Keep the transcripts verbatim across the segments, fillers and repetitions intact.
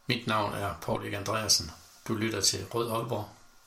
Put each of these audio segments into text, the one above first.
Mit navn er Paul Erik Andreasen. Du lytter til Rød Aalborg.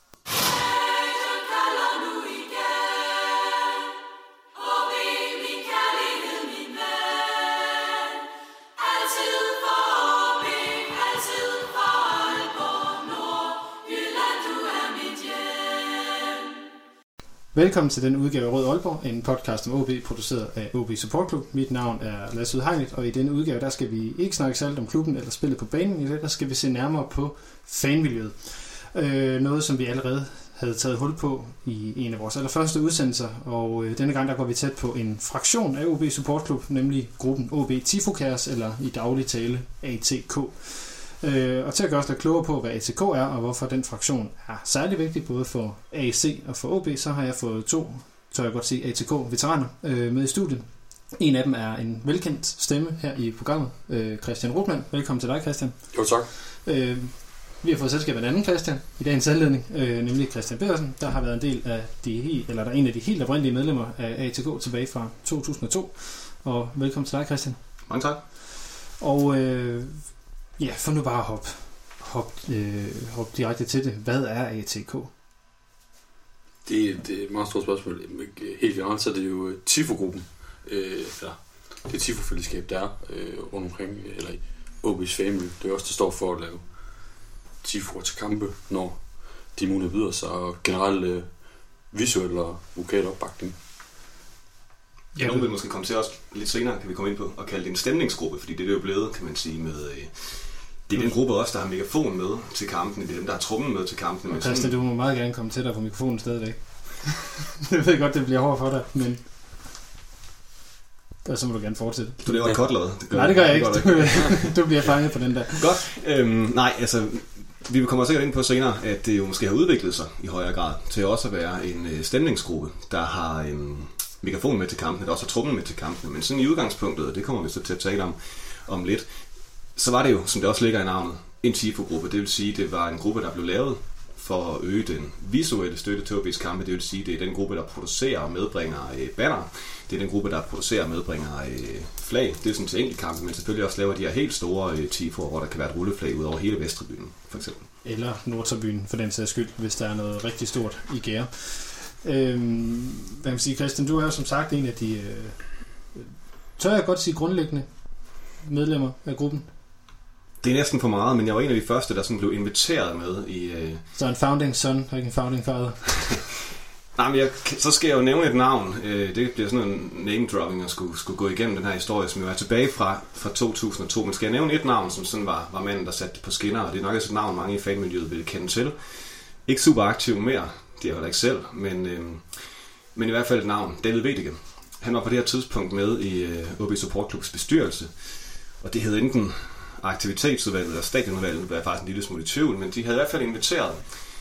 Velkommen til den udgave af Rød Aalborg, en podcast om O B, produceret af O B Support Club. Mit navn er Lasse Udhegnet, og i denne udgave der skal vi ikke snakke særligt om klubben eller spillet på banen. I det der skal vi se nærmere på fanmiljøet. Øh, noget, som vi allerede havde taget hul på i en af vores allerførste udsendelser, og øh, denne gang der går vi tæt på en fraktion af O B Support Club, nemlig gruppen O B Tifokærs, eller i daglig tale A T K. Øh, og til at gøre os lidt klogere på, hvad A T K er, og hvorfor den fraktion er særlig vigtig, både for A C og for O B, så har jeg fået to, tør jeg godt sige, A T K-veteraner øh, med i studiet. En af dem er en velkendt stemme her i programmet, øh, Christian Rotman. Velkommen til dig, Christian. Jo, tak. Øh, vi har fået selskab af en anden Christian i dagens anledning, øh, nemlig Christian Pedersen, der har været en del af de, eller der er en af de helt oprindelige medlemmer af A T K tilbage fra to tusind og to. Og velkommen til dig, Christian. Mange tak. Og øh, ja, for nu bare at hoppe hop, øh, hop direkte til det. Hvad er A T K? Det, det er et meget stort spørgsmål. Helt generelt så er det jo Tifo-gruppen. Øh, ja, det Tifo-fællesskab, der er øh, rundt omkring, eller i O B's family. Det er også, det står for at lave Tifo'er til kampe, når de muligheder byder sig, og generelt øh, visuel og vokal opbakning. Ja, nogen vil måske komme til os lidt senere, kan vi komme ind på, og kalde det en stemningsgruppe, fordi det er jo blevet, kan man sige, med... Øh, det er den gruppe også, der har megafon med til kampene, det er dem, der har trummen med til kampene. Og Christian, du må meget gerne komme til dig på mikrofonen stadigvæk. Jeg ved godt, det bliver hårdt for dig, men... Og så må du gerne fortsætte. Du laver et kotlad. Nej, det gør jeg ikke. Du, du bliver fanget på den der. Godt. Øhm, nej, altså... Vi kommer sikkert ind på senere, at det jo måske har udviklet sig i højere grad til også at være en øh, stemningsgruppe, der har... Øh, megafon med til kampene, der også har trummen med til kampene, men sådan i udgangspunktet, og det kommer vi så til at tale om om lidt, så var det jo, som det også ligger i navnet, en Tifo-gruppe. Det vil sige, det var en gruppe, der blev lavet for at øge den visuelle støtte til O B's kampe. Det vil sige, det er den gruppe, der producerer og medbringer øh, banner. Det er den gruppe, der producerer og medbringer øh, flag. Det er sådan til enkeltkampe, men selvfølgelig også laver de her helt store øh, Tifo'er, hvor der kan være et rulleflag ud over hele Vesttribunen, for eksempel. Eller Nordtribunen, for den sags skyld, hvis der er noget rigtig stort i gære. Øhm, hvad man sige, Christian, du er jo som sagt en af de, øh, tør jeg godt sige, grundlæggende medlemmer af gruppen. Det er næsten for meget, men jeg var en af de første, der sådan blev inviteret med i... Øh... Så en founding son og ikke en founding father? Nej, men jeg, så skal jeg jo nævne et navn. Øh, det bliver sådan en name-dropping at skulle, skulle gå igennem den her historie, som jo er tilbage fra, fra to tusind og to. Men skal jeg nævne et navn, som sådan var, var manden, der satte det på skinner, og det er nok også et navn, mange i fanmiljøet vil kende til. Ikke super aktiv mere. Det er jo ikke selv, men, øh, men i hvert fald et navn, David Vedike. Han var på det her tidspunkt med i øh, O B Support Clubs bestyrelse, og det hed enten aktivitetsudvalget eller stadionudvalget, det var faktisk en lille smule i tvivl, men de havde i hvert fald inviteret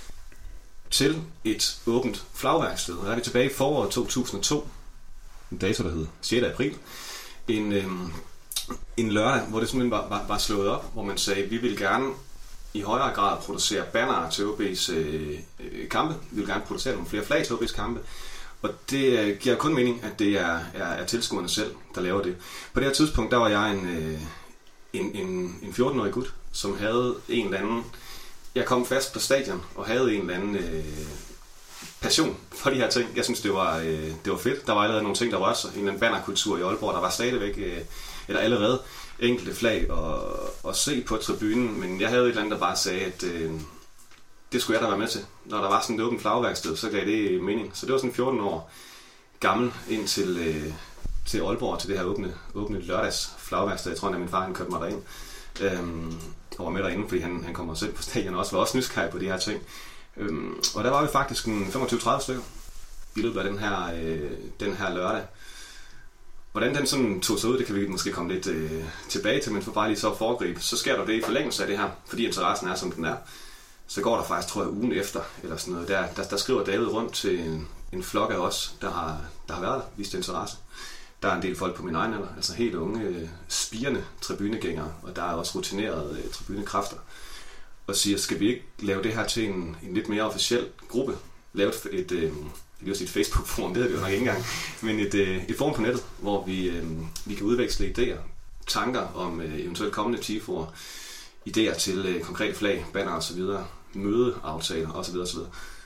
til et åbent flagværksted. Og der er vi tilbage i foråret to tusind og to, en dato, der hed sjette april, en, øh, en lørdag, hvor det simpelthen var, var, var slået op, hvor man sagde, vi vil gerne i højere grad producere bannere til O B's øh, kampe. Vi vil gerne producere nogle flere flag til O B's kampe. Og det øh, giver kun mening, at det er, er, er tilskuerne selv, der laver det. På det her tidspunkt, der var jeg en, øh, en, en, en fjorten-årig gut, som havde en eller anden... Jeg kom fast på stadion og havde en eller anden øh, passion for de her ting. Jeg synes, det var, øh, det var fedt. Der var allerede nogle ting, der rørte sig. En eller anden bannerkultur i Aalborg, der var stadigvæk, øh, eller allerede... enkelte flag og, og se på tribunen, men jeg havde et eller andet, der bare sagde, at øh, det skulle jeg da være med til. Når der var sådan et åbent flagværksted, så gav det mening. Så det var sådan fjorten år gammel ind til, øh, til Aalborg, til det her åbne, åbne lørdags flagværksted. Jeg tror, at min far han kørte mig derind øhm, og var med derinde, fordi han, han kommer selv på stadion og også var også nysgerrig på de her ting. Øhm, og der var vi faktisk en femogtyve til tredive stykker i løbet af den her, øh, den her lørdag. Hvordan den sådan tog sig ud, det kan vi måske komme lidt øh, tilbage til, men for bare lige så at foregribe, så sker der det i forlængelse af det her, fordi interessen er, som den er. Så går der faktisk, tror jeg, ugen efter, eller sådan noget, der, der, der skriver David rundt til en, en flok af os, der har, der har været der, vist interesse. Der er en del folk på min egen alder, altså helt unge, spirende tribunegængere, og der er også rutinerede øh, tribunekræfter, og siger, skal vi ikke lave det her til en, en lidt mere officiel gruppe? Lave et, et, et, et, et Facebook-forum, det ved vi jo nok ikke engang, men et, et forum på nettet, hvor vi, øh, vi kan udveksle idéer, tanker om øh, eventuelt kommende tifoer, idéer til øh, konkrete flag, banner og så videre, mødeaftaler og så videre og så videre.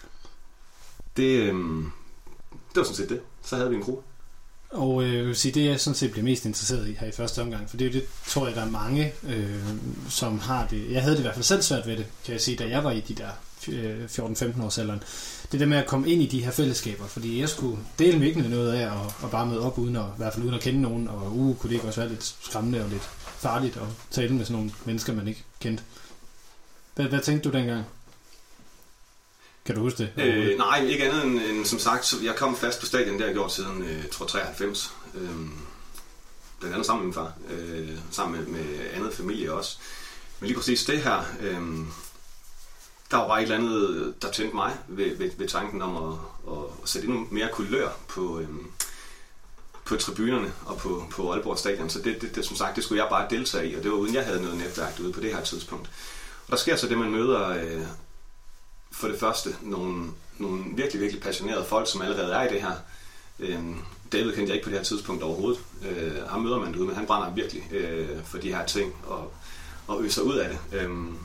Det, øh, det var sådan set det. Så havde vi en gruppe. Og øh, jeg vil sige, det jeg sådan set blev mest interesseret i her i første omgang, for det er jo det, tror jeg, der er mange, øh, som har det. Jeg havde det i hvert fald selv svært ved det, kan jeg sige, da jeg var i de der øh, fjorten femten års alderen. Det der med at komme ind i de her fællesskaber, fordi jeg skulle dele mig ikke noget af at, at bare møde op uden at, i hvert fald uden at kende nogen, og uh, kunne det ikke også være lidt skræmmende og lidt farligt at tale med sådan nogle mennesker, man ikke kendte. Hvad, hvad tænkte du dengang? Kan du huske det? Øh, nej, ikke andet end, end som sagt, så jeg kom fast på stadion, det har jeg gjort siden, øh, tror treoghalvfems. Øh, blandt andet sammen med min far, øh, sammen med, med andet familie også. Men lige præcis det her, øh, der var bare et eller andet, der tændte mig ved, ved, ved tanken om at, at, at sætte endnu mere kulør på, øh, på tribunerne og på, på Aalborg Stadion. Så det, det, det, som sagt, det skulle jeg bare deltage i, og det var uden jeg havde noget netværk ude på det her tidspunkt. Og der sker så det, man møder... Øh, For det første, nogle, nogle virkelig, virkelig passionerede folk, som allerede er i det her. Øhm, David kendte jeg ikke på det her tidspunkt overhovedet. Øh, ham møder man derude, men han brænder virkelig øh, for de her ting og, og øser ud af det. Øhm,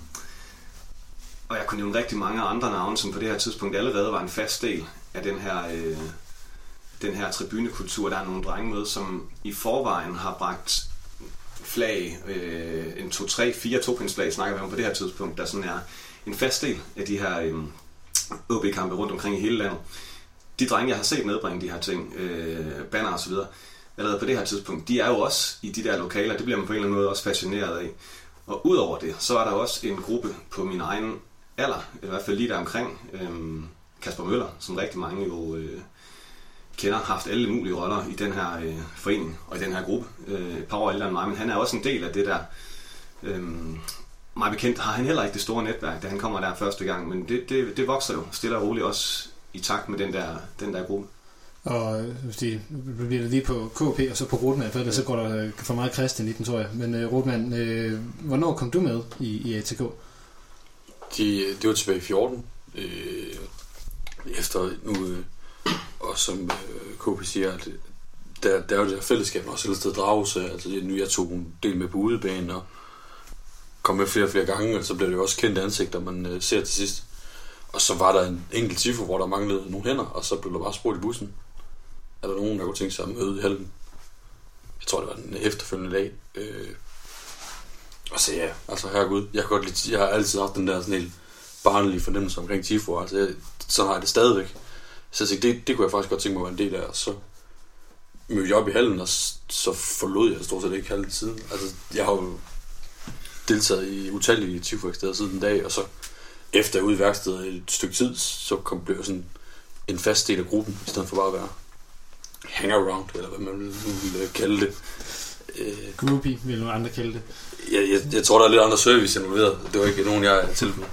og jeg kunne nævne rigtig mange andre navne, som på det her tidspunkt allerede var en fast del af den her, øh, den her tribunekultur. Der er nogle drenge med, som i forvejen har bragt flag, øh, en to, tre, fire topindsflag, snakker vi om på det her tidspunkt, der sådan er en fast del af de her øh, O B-kampe rundt omkring i hele landet. De drenge, jeg har set medbringe de her ting, øh, banner og så videre, allerede på det her tidspunkt, de er jo også i de der lokaler, det bliver man på en eller anden måde også fascineret af. Og udover det, så er der også en gruppe på min egen alder, i hvert fald lige der omkring, øh, Kasper Møller, som rigtig mange jo øh, kender, har haft alle mulige roller i den her øh, forening og i den her gruppe. Øh, et par år ældre end mig, men han er også en del af det der. Øh, Mig bekendt har han heller ikke det store netværk, da han kommer der første gang, men det, det, det vokser jo stille og roligt også i takt med den der, den der gruppe. Og sige, nu bliver det lige på K P og så på Rotman, for ellers så går der for meget Christian i den, tror jeg. Men uh, Rotman, uh, hvornår kom du med i, i A T K? De, det var tilbage i fjorten, øh, efter nu, øh, og som øh, K P siger, at der, der er jo det her fællesskab også et sted dragelse, altså nu jeg tog en del med på udebanen og kom med flere og flere gange, og så blev det jo også kendte ansigter, man øh, ser til sidst. Og så var der en enkelt tifo, hvor der manglede nogle hænder, og så blev der bare spurgt i bussen. Er der nogen, der kunne tænke sig at møde i hallen? Jeg tror, det var den efterfølgende dag. Øh, og så ja, altså herregud, jeg, kan godt lide, jeg har altid haft den der sådan helt barnlige fornemmelse omkring tifo, altså jeg, sådan har jeg det stadigvæk. Så jeg tænkte, det, det kunne jeg faktisk godt tænke mig at være en del af, og så mødte jeg op i hallen, og så forlod jeg stort set ikke hallen siden. Altså, jeg har jo deltaget i utallige tifo-steder siden den dag, og så efter jeg ude i værkstedet et stykke tid, så kom blev jeg sådan en fast del af gruppen, i stedet for bare at være hangaround, eller hvad man vil kalde det. Groupie, vil nogle andre kalde det. Jeg, jeg, jeg tror, der er lidt andre service involveret. Det var ikke nogen, jeg er til.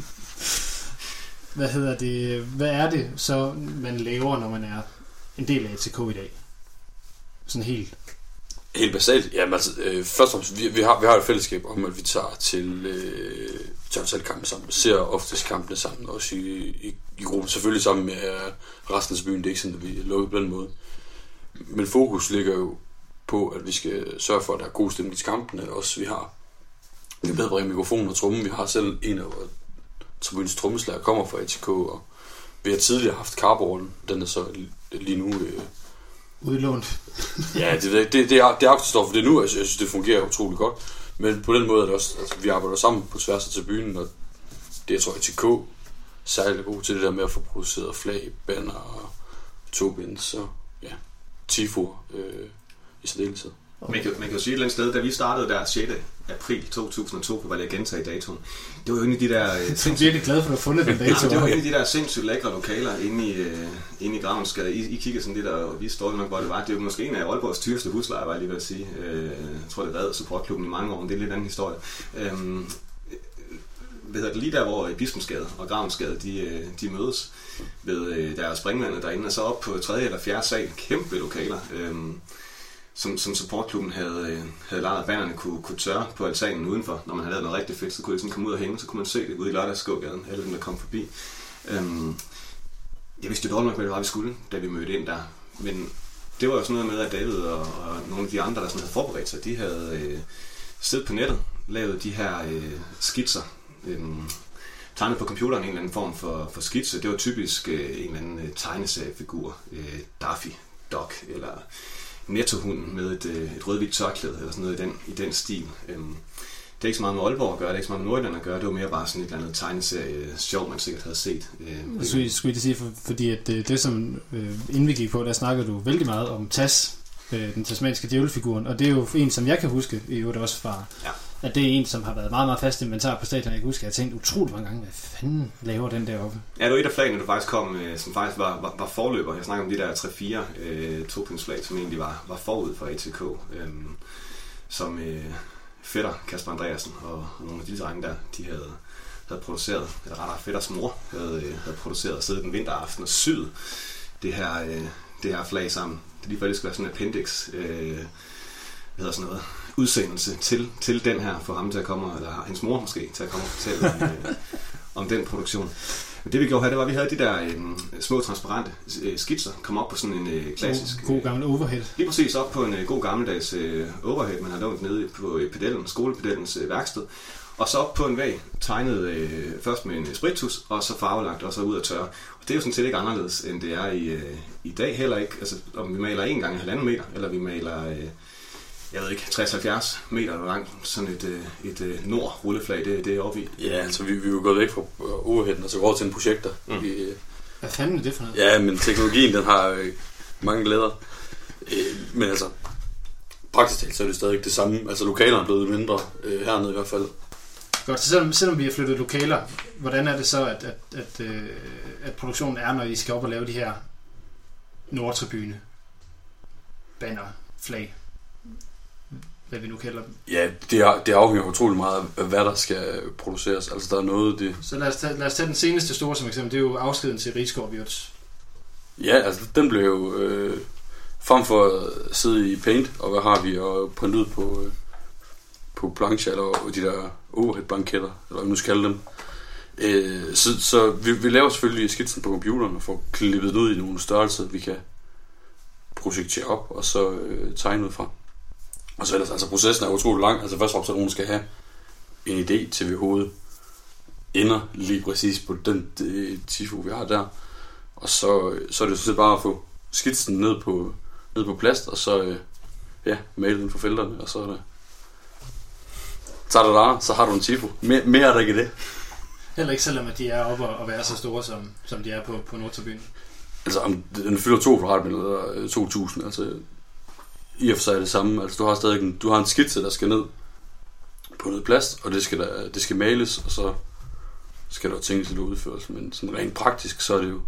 Hvad hedder det? Hvad er det så, man laver, når man er en del af A T K i dag? Sådan helt... Helt basalt. Jamen altså, øh, først og fremmest, vi, vi, har, vi har et fællesskab om, at vi tager til øh, tager kampe sammen. Ser oftest kampene sammen, også i, i, i gruppen. Selvfølgelig sammen med øh, resten af byen. Det er ikke sådan, at vi er lukket på den måde. Men fokus ligger jo på, at vi skal sørge for, at der er god stemning til kampene. Også vi har vi medbringer mikrofon og tromme. Vi har selv en af tribunens trommeslager kommer fra A T K, og vi har tidligere haft carporten. Den er så lige nu... Øh, udlånt. Ja, det, det, det, det er, det er afterstof for det nu, jeg synes, det fungerer utrolig godt. Men på den måde er det også, altså, vi arbejder sammen på tværs af tribunen, og det jeg tror, A T K særlig god til det der med at få produceret flag, banner og tobins, så ja, tifo øh, i særdeleshed. Man kan, man kan jo sige et eller andet sted, da vi startede der sjette april to tusind og to, på hvad jeg gentage datoen, det var jo en af de der... Jeg er virkelig glad for, at du har fundet den dato. Ja, det var en af de der sindssygt lækre lokaler inde i, uh, inde i Gravensgade. I, I kigger sådan lidt, og vi står nok, hvor det var. Det er jo måske en af Aalborgs dyreste huslejer, var jeg lige ved at sige. Uh, jeg tror, det redde supportklubben i mange år, men det er en lidt anden historie. Um, hvad hedder det, lige der, hvor Bispensgade og Gravensgade, de, de mødes ved uh, der er springvandet derinde, og så op på tredje eller fjerde sal, kæmpe lokaler. Um, Som, som supportklubben havde, havde lavet, at bannerne kunne, kunne tørre på altanen udenfor. Når man havde lavet noget rigtig fedt, så kunne det sådan komme ud og hænge, så kunne man se det ude i Lørdagsgågaden, alle dem, der kom forbi. Øhm, jeg vidste jo dårligt nok, hvad det var, vi skulle, da vi mødte ind der. Men det var jo sådan noget med, at David og, og nogle af de andre, der sådan havde forberedt sig, de havde øh, siddet på nettet lavet de her øh, skitser, øh, tegnet på computeren en eller anden form for, for skitse. Det var typisk øh, en eller anden øh, tegneseriefigur, øh, Daffy Duck eller Nettohunden med et, øh, et rødhvidt tørklæde eller sådan noget i den, i den stil. Øh, det er ikke så meget med Aalborg at gøre, det er ikke så meget med Nordjylland at gøre, det var mere bare sådan et eller andet tegneserie sjov, man sikkert havde set. Øh, skulle, skulle jeg sige, for, fordi at det, det som øh, inden vi gik på, der snakker du vældig meget om Tas, øh, den tasmanske djævelfiguren, og det er jo en, som jeg kan huske, i øvrigt også fra, ja. At det er en, som har været meget, meget fast inventar på stadion. Jeg kan huske, at jeg tænkte utroligt mange gange, hvad fanden laver den deroppe? Ja, det var et af flagene, der faktisk kom, øh, som faktisk var, var, var forløber. Jeg snakker om de der tre fire øh, topindsflag, som egentlig var, var forud for A T K, øh, som øh, fætter Kasper Andreasen og, og nogle af de drenge der, de havde, havde produceret, eller rettere fætters mor havde, øh, havde produceret og siddet en vinteraften og syet det her, øh, det her flag sammen. Det er lige før, det skulle være sådan en appendix, øh, hvad hedder sådan noget, udsendelse til, til den her, for ham til at komme, eller hendes mor måske, til at komme og fortælle om, øh, om den produktion. Men det vi gjorde her, det var, at vi havde de der øh, små transparente øh, skitser, kom op på sådan en øh, klassisk... God, god gammel overhead. Lige præcis op på en øh, god gammeldags øh, overhead, man har lånt nede på øh, pedellen, skolepedellens øh, værksted. Og så op på en væg, tegnet øh, først med en sprittus, og så farvelagt, og så ud at tørre. Og det er jo sådan set ikke anderledes, end det er i, øh, i dag heller ikke. Altså, om vi maler en gang halvanden meter, eller vi maler... Øh, jeg ved ikke, tres til halvfjerds meter langt, sådan et, et, et nord-rulleflag, det, det er oppe i. Ja, altså vi, vi er jo gået væk fra overheaden, og så går til en projekter. Mm. Vi, Hvad fanden er det for noget? Ja, men teknologien, den har øh, mange glæder. Øh, men altså, praktisk talt, så er det stadig det samme. Altså lokalerne er blevet mindre øh, hernede i hvert fald. Godt, så selvom, selvom vi har flyttet lokaler, hvordan er det så, at, at, at, øh, at produktionen er, når I skal op og lave de her nordtribune banner, flag? Hvad vi nu kalder dem. Ja, det, er, det afhænger utrolig meget af, hvad der skal produceres. Altså, der er noget, det... Så lad os tage, lad os tage den seneste store som eksempel. Det er jo afskeden til Rigskov Wirtz. Ja, altså, den blev jo... Øh, frem for at sidde i Paint, og hvad har vi, og printe ud på, øh, på plancher, eller de der overhead-blanketter, eller hvad nu skal kalde dem. Øh, så så vi, vi laver selvfølgelig skitsen på computeren, og får klippet ud i nogle størrelser, vi kan projektere op, og så øh, tegne ud fra. Og så ellers, altså processen er utrolig lang. Altså først og fremmest, at nogen skal have en idé til, vi hovedet ender lige præcis på den det, tifo, vi har der. Og så, så er det så bare at få skitsen ned på, ned på plast, og så ja, male den for felterne, og så er det... Så er det der, så har du en tifo. Mere, mere er der ikke det. Heller ikke selvom at de er oppe og være så store, som, som de er på, på Nordtribune. Altså, om den fylder to kvadratmeter eller to tusind, altså... I og for sig er det samme. Altså, du har stadig en, du har en skitse, der skal ned på noget plast, og det skal, der, det skal males, og så skal der tænkes lidt udførelse. Men sådan rent praktisk, så er det jo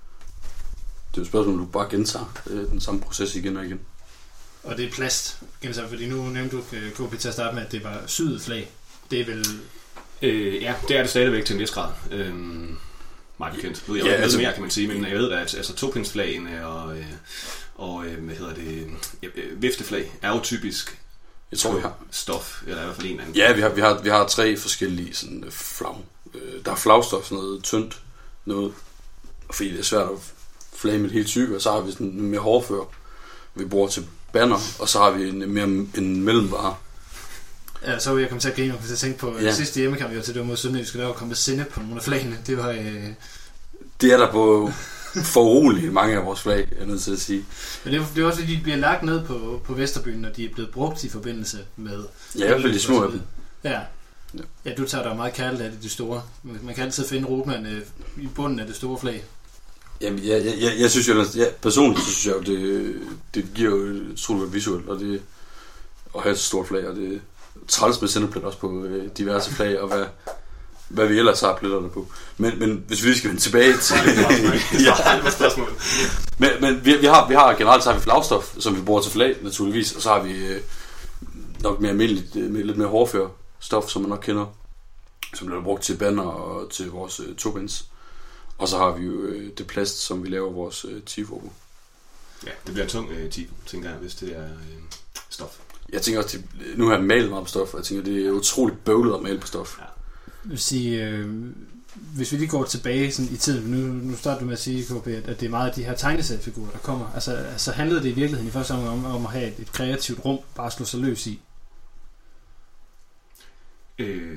det er jo et spørgsmål, om du bare gentager øh, den samme proces igen og igen. Og det er plast, gentager, fordi nu nævnte du, K P, til at starte med, at det var syet flag. Det er vel... Øh, ja, det er det stadigvæk til en vis grad. Øhm, meget bekendt. Jeg ved ja, ikke altså, mere, kan man sige, men jeg ved da, at altså, topindsflagene og... Øh, og øh, hvad hedder det, øh, vifteflag er jo typisk jeg tror, vi har stof, eller i hvert fald en anden. Ja, vi har, vi har, vi har tre forskellige sådan, flag. Øh, der er flagstof, sådan noget tyndt, noget, fordi det er svært at flage med det helt tykke, og så har vi sådan en mere hårdfør, vi bruger til banner, og så har vi en mere en mellemvare. Ja, så vil jeg komme til at grine, og tænke på ja. sidste hjemmekamp, jeg til det var mod Sønderjysk, der var kommet sinde på nogle af flagene. Det var... Øh... Det er der på... for urolige mange af vores flag, er nødt til at sige. Men det er, det er også fordi, de bliver lagt ned på, på Vesterbyen, og de er blevet brugt i forbindelse med... Ja, i hvert fald de små af dem. Ja. Ja, du tager da meget kærligt af det, de store. Man kan altid finde Rotman øh, i bunden af det store flag. Jamen, jeg, jeg, jeg, jeg synes jo, ja, personligt synes jeg jo, det, det giver jo et utroligt visuelt, og det at have et stort flag, og det træls med sendeplet også på øh, diverse flag, og hvad, hvad vi ellers har pletterne på. Men, men hvis vi lige skal vende tilbage til... ja, men, men vi, vi, har, vi har generelt så har vi flagstof, som vi bruger til flag, naturligvis, og så har vi øh, nok mere almindeligt, med lidt mere hårdfør stof, som man nok kender, som bliver brugt til banner og til vores øh, topins. Og så har vi jo øh, det plast, som vi laver vores øh, tifo på. Ja, det bliver en tung øh, tifo, tænker jeg, hvis det er øh, stof. Jeg tænker også, nu har jeg malet meget på stof, og jeg tænker, det er utroligt bøvlet at male på stof. Ja. Jeg vil sige, øh, hvis vi lige går tilbage sådan i tiden, nu, nu starter du med at sige, K P, at det er meget af de her tegneseriefigurer, der kommer. Altså, altså handlede det i virkeligheden i første omgang om, om at have et, et kreativt rum, bare at slå sig løs i? Øh,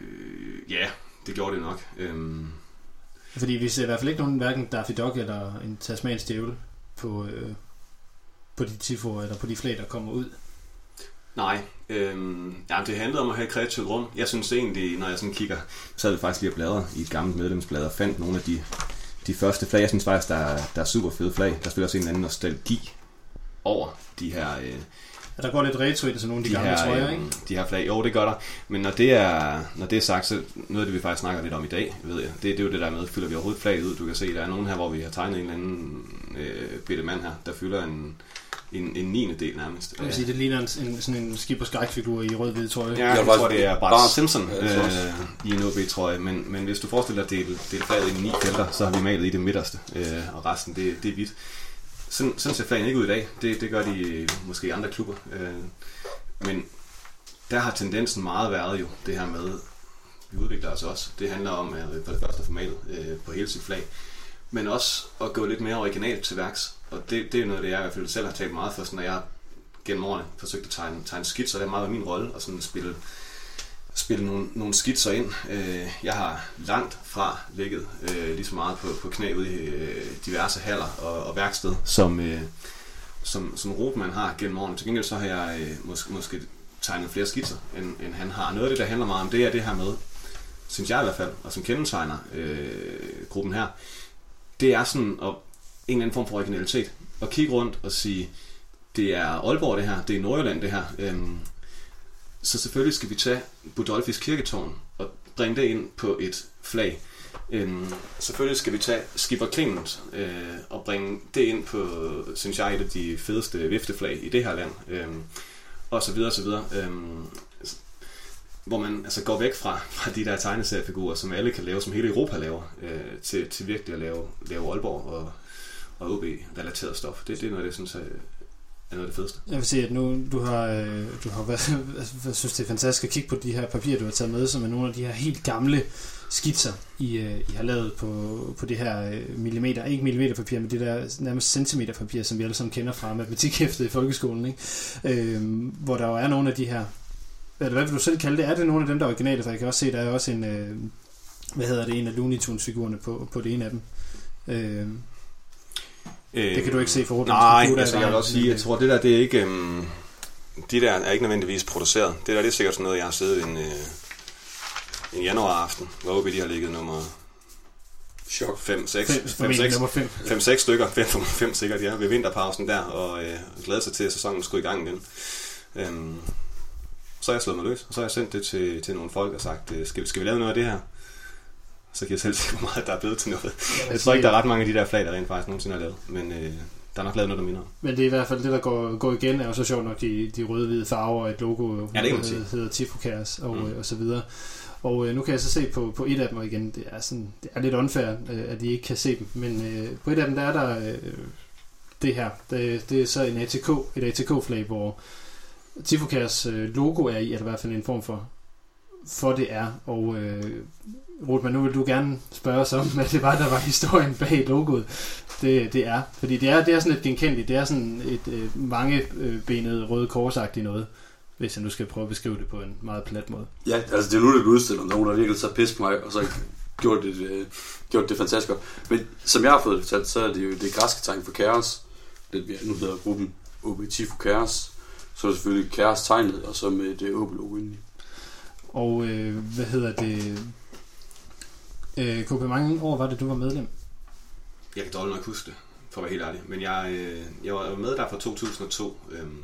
ja, det gjorde det nok. Øhm. Fordi vi ser i hvert fald ikke nogen, hverken Daffy Duck eller en tasmansk djævel på, øh, på de tifoer eller på de flag, der kommer ud. Nej, øhm, ja, det handlede om at have et kreativt rum. Jeg synes egentlig, når jeg sådan kigger, så havde vi faktisk lige at bladre i et gammelt medlemsblad og fandt nogle af de, de første flag. Jeg synes faktisk, der er, der er super fede flag. Der spiller også en eller anden nostalgi over de her... Øh, ja, der går lidt retro i det, så nogle af de, de gamle her, trøjer, ikke? De her flag, jo, det gør der. Men når det er, når det er sagt, så noget af det, vi faktisk snakker lidt om i dag, ved jeg, det, det er jo det der med, fylder vi overhovedet flaget ud. Du kan se, der er nogen her, hvor vi har tegnet en eller anden øh, bitte mand her, der fylder en... En, en niende del nærmest. Jeg vil sige, det ligner en, en, sådan en skib- og skrækfigur i rød-hvid trøje. Ja, jeg tror, det er Bart Simpson øh, i en O B-trøje. Men, men hvis du forestiller dig at dele, dele flaget i ni felter, så har vi malet i det midterste, øh, og resten det, det er hvidt. Sådan, sådan ser flagen ikke ud i dag. Det, det gør de måske i andre klubber. Øh, men der har tendensen meget været jo det her med, vi udvikler os også. Det handler om at for det første at få malet øh, på hele sit flag, men også at gå lidt mere originalt til værks. Og det, det er noget, det jeg i hvert fald selv har talt meget for, sådan, når jeg gennem årene forsøgt at tegne, tegne skitser. Det er meget min rolle at sådan spille, spille nogle, nogle skitser ind. Øh, jeg har langt fra ligget øh, lige så meget på, på knæ ude i øh, diverse haller og, og værksted, som, øh, som, som Rothmann har gennem årene. Til gengæld så har jeg øh, måske, måske tegnet flere skitser, end, end han har. Noget af det, der handler meget om, det er det her med, synes jeg i hvert fald, og som kendetegner øh, gruppen her, det er sådan at en eller anden form for originalitet. Og kigge rundt og sige, det er Aalborg det her, det er Nordjylland det her. Øhm, så selvfølgelig skal vi tage Budolfis kirketårn og bringe det ind på et flag. Øhm, selvfølgelig skal vi tage Skipper Clement øh, og bringe det ind på, synes jeg, et af de fedeste vifteflag i det her land. Øhm, og så videre, og så videre. Øhm, hvor man altså går væk fra, fra de der tegneseriefigurer, som alle kan lave, som hele Europa laver, øh, til, til virkelig at lave, lave Aalborg og og O B-relateret stof. Det, det er noget, det synes jeg er noget af det fedeste. Jeg vil sige, at nu du har, du har været, jeg synes, det er fantastisk at kigge på de her papirer, du har taget med, som er nogle af de her helt gamle skitser, I, I har lavet på, på det her millimeter, ikke millimeterpapir, men det der nærmest centimeterpapir, som vi alle sammen kender fra matematikhæftet i folkeskolen, ikke? Øhm, hvor der jo er nogle af de her, eller hvad vil du selv kalde det? Er det nogle af dem, der er originale? For jeg kan også se, der er også en, øh, hvad hedder det, en af Looney Tunes-figurerne på, på det ene af dem. Øhm, Det kan du ikke se for Rothmann. Nej, altså, jeg vil også sige, jeg tror, det der, det er ikke, øhm, de der er ikke nødvendigvis produceret. Det der, det er sikkert sådan noget, jeg har siddet en, øh, en januaraften, hvor O B de har ligget nummer fem seks stykker, fem sikkert, ja, ved vinterpausen der, og øh, glæder sig til, at sæsonen skulle i gang igen. Øhm, så har jeg slået mig løs, og så har jeg sendt det til, til nogle folk og sagt, skal, skal vi lave noget af det her? Så kan jeg selv se, hvor meget der er blevet til noget. Jeg, jeg tror ikke, der er ret mange af de der flag, der rent faktisk nogensinde har lavet. Men øh, der er nok lavet noget, der minder. Men det er i hvert fald det, der går, går igen, er jo så sjovt nok de, de røde-hvide farver og et logo, ja, der hedder, hedder Tifo Chaos og, mm. og så videre. Og øh, nu kan jeg så se på, på et af dem, og igen, det er, sådan, det er lidt unfair, øh, at I ikke kan se dem. Men øh, på et af dem, der er der øh, det her. Det, det er så en A T K, et A T K-flag, hvor Tifo Chaos øh, logo er i, eller i hvert fald en form for, for det er. Og øh, Rothmann, nu vil du gerne spørge os om, hvad det var, der var historien bag logoet. Det, det er, fordi det er, det er sådan et genkendeligt, det er sådan et øh, mangebenet røde korsagtigt noget, hvis jeg nu skal prøve at beskrive det på en meget plat måde. Ja, altså det er nu, det udstiller, om nogen der virkelig så pisse på mig, og så gjort det, øh, gjort det fantastisk godt. Men som jeg har fået det fortalt, så er det jo det græske tegn for kaos, det vi nu hedder gruppen O B Tifo Chaos, så er det selvfølgelig kaos tegnet, og så med det O B-logo indeni. Og øh, hvad hedder det? Øh, K P, mange år var det, du var medlem? Jeg kan dårligt nok huske det, for at være helt ærlig. Men jeg, øh, jeg var med der fra to tusind og to. Øhm,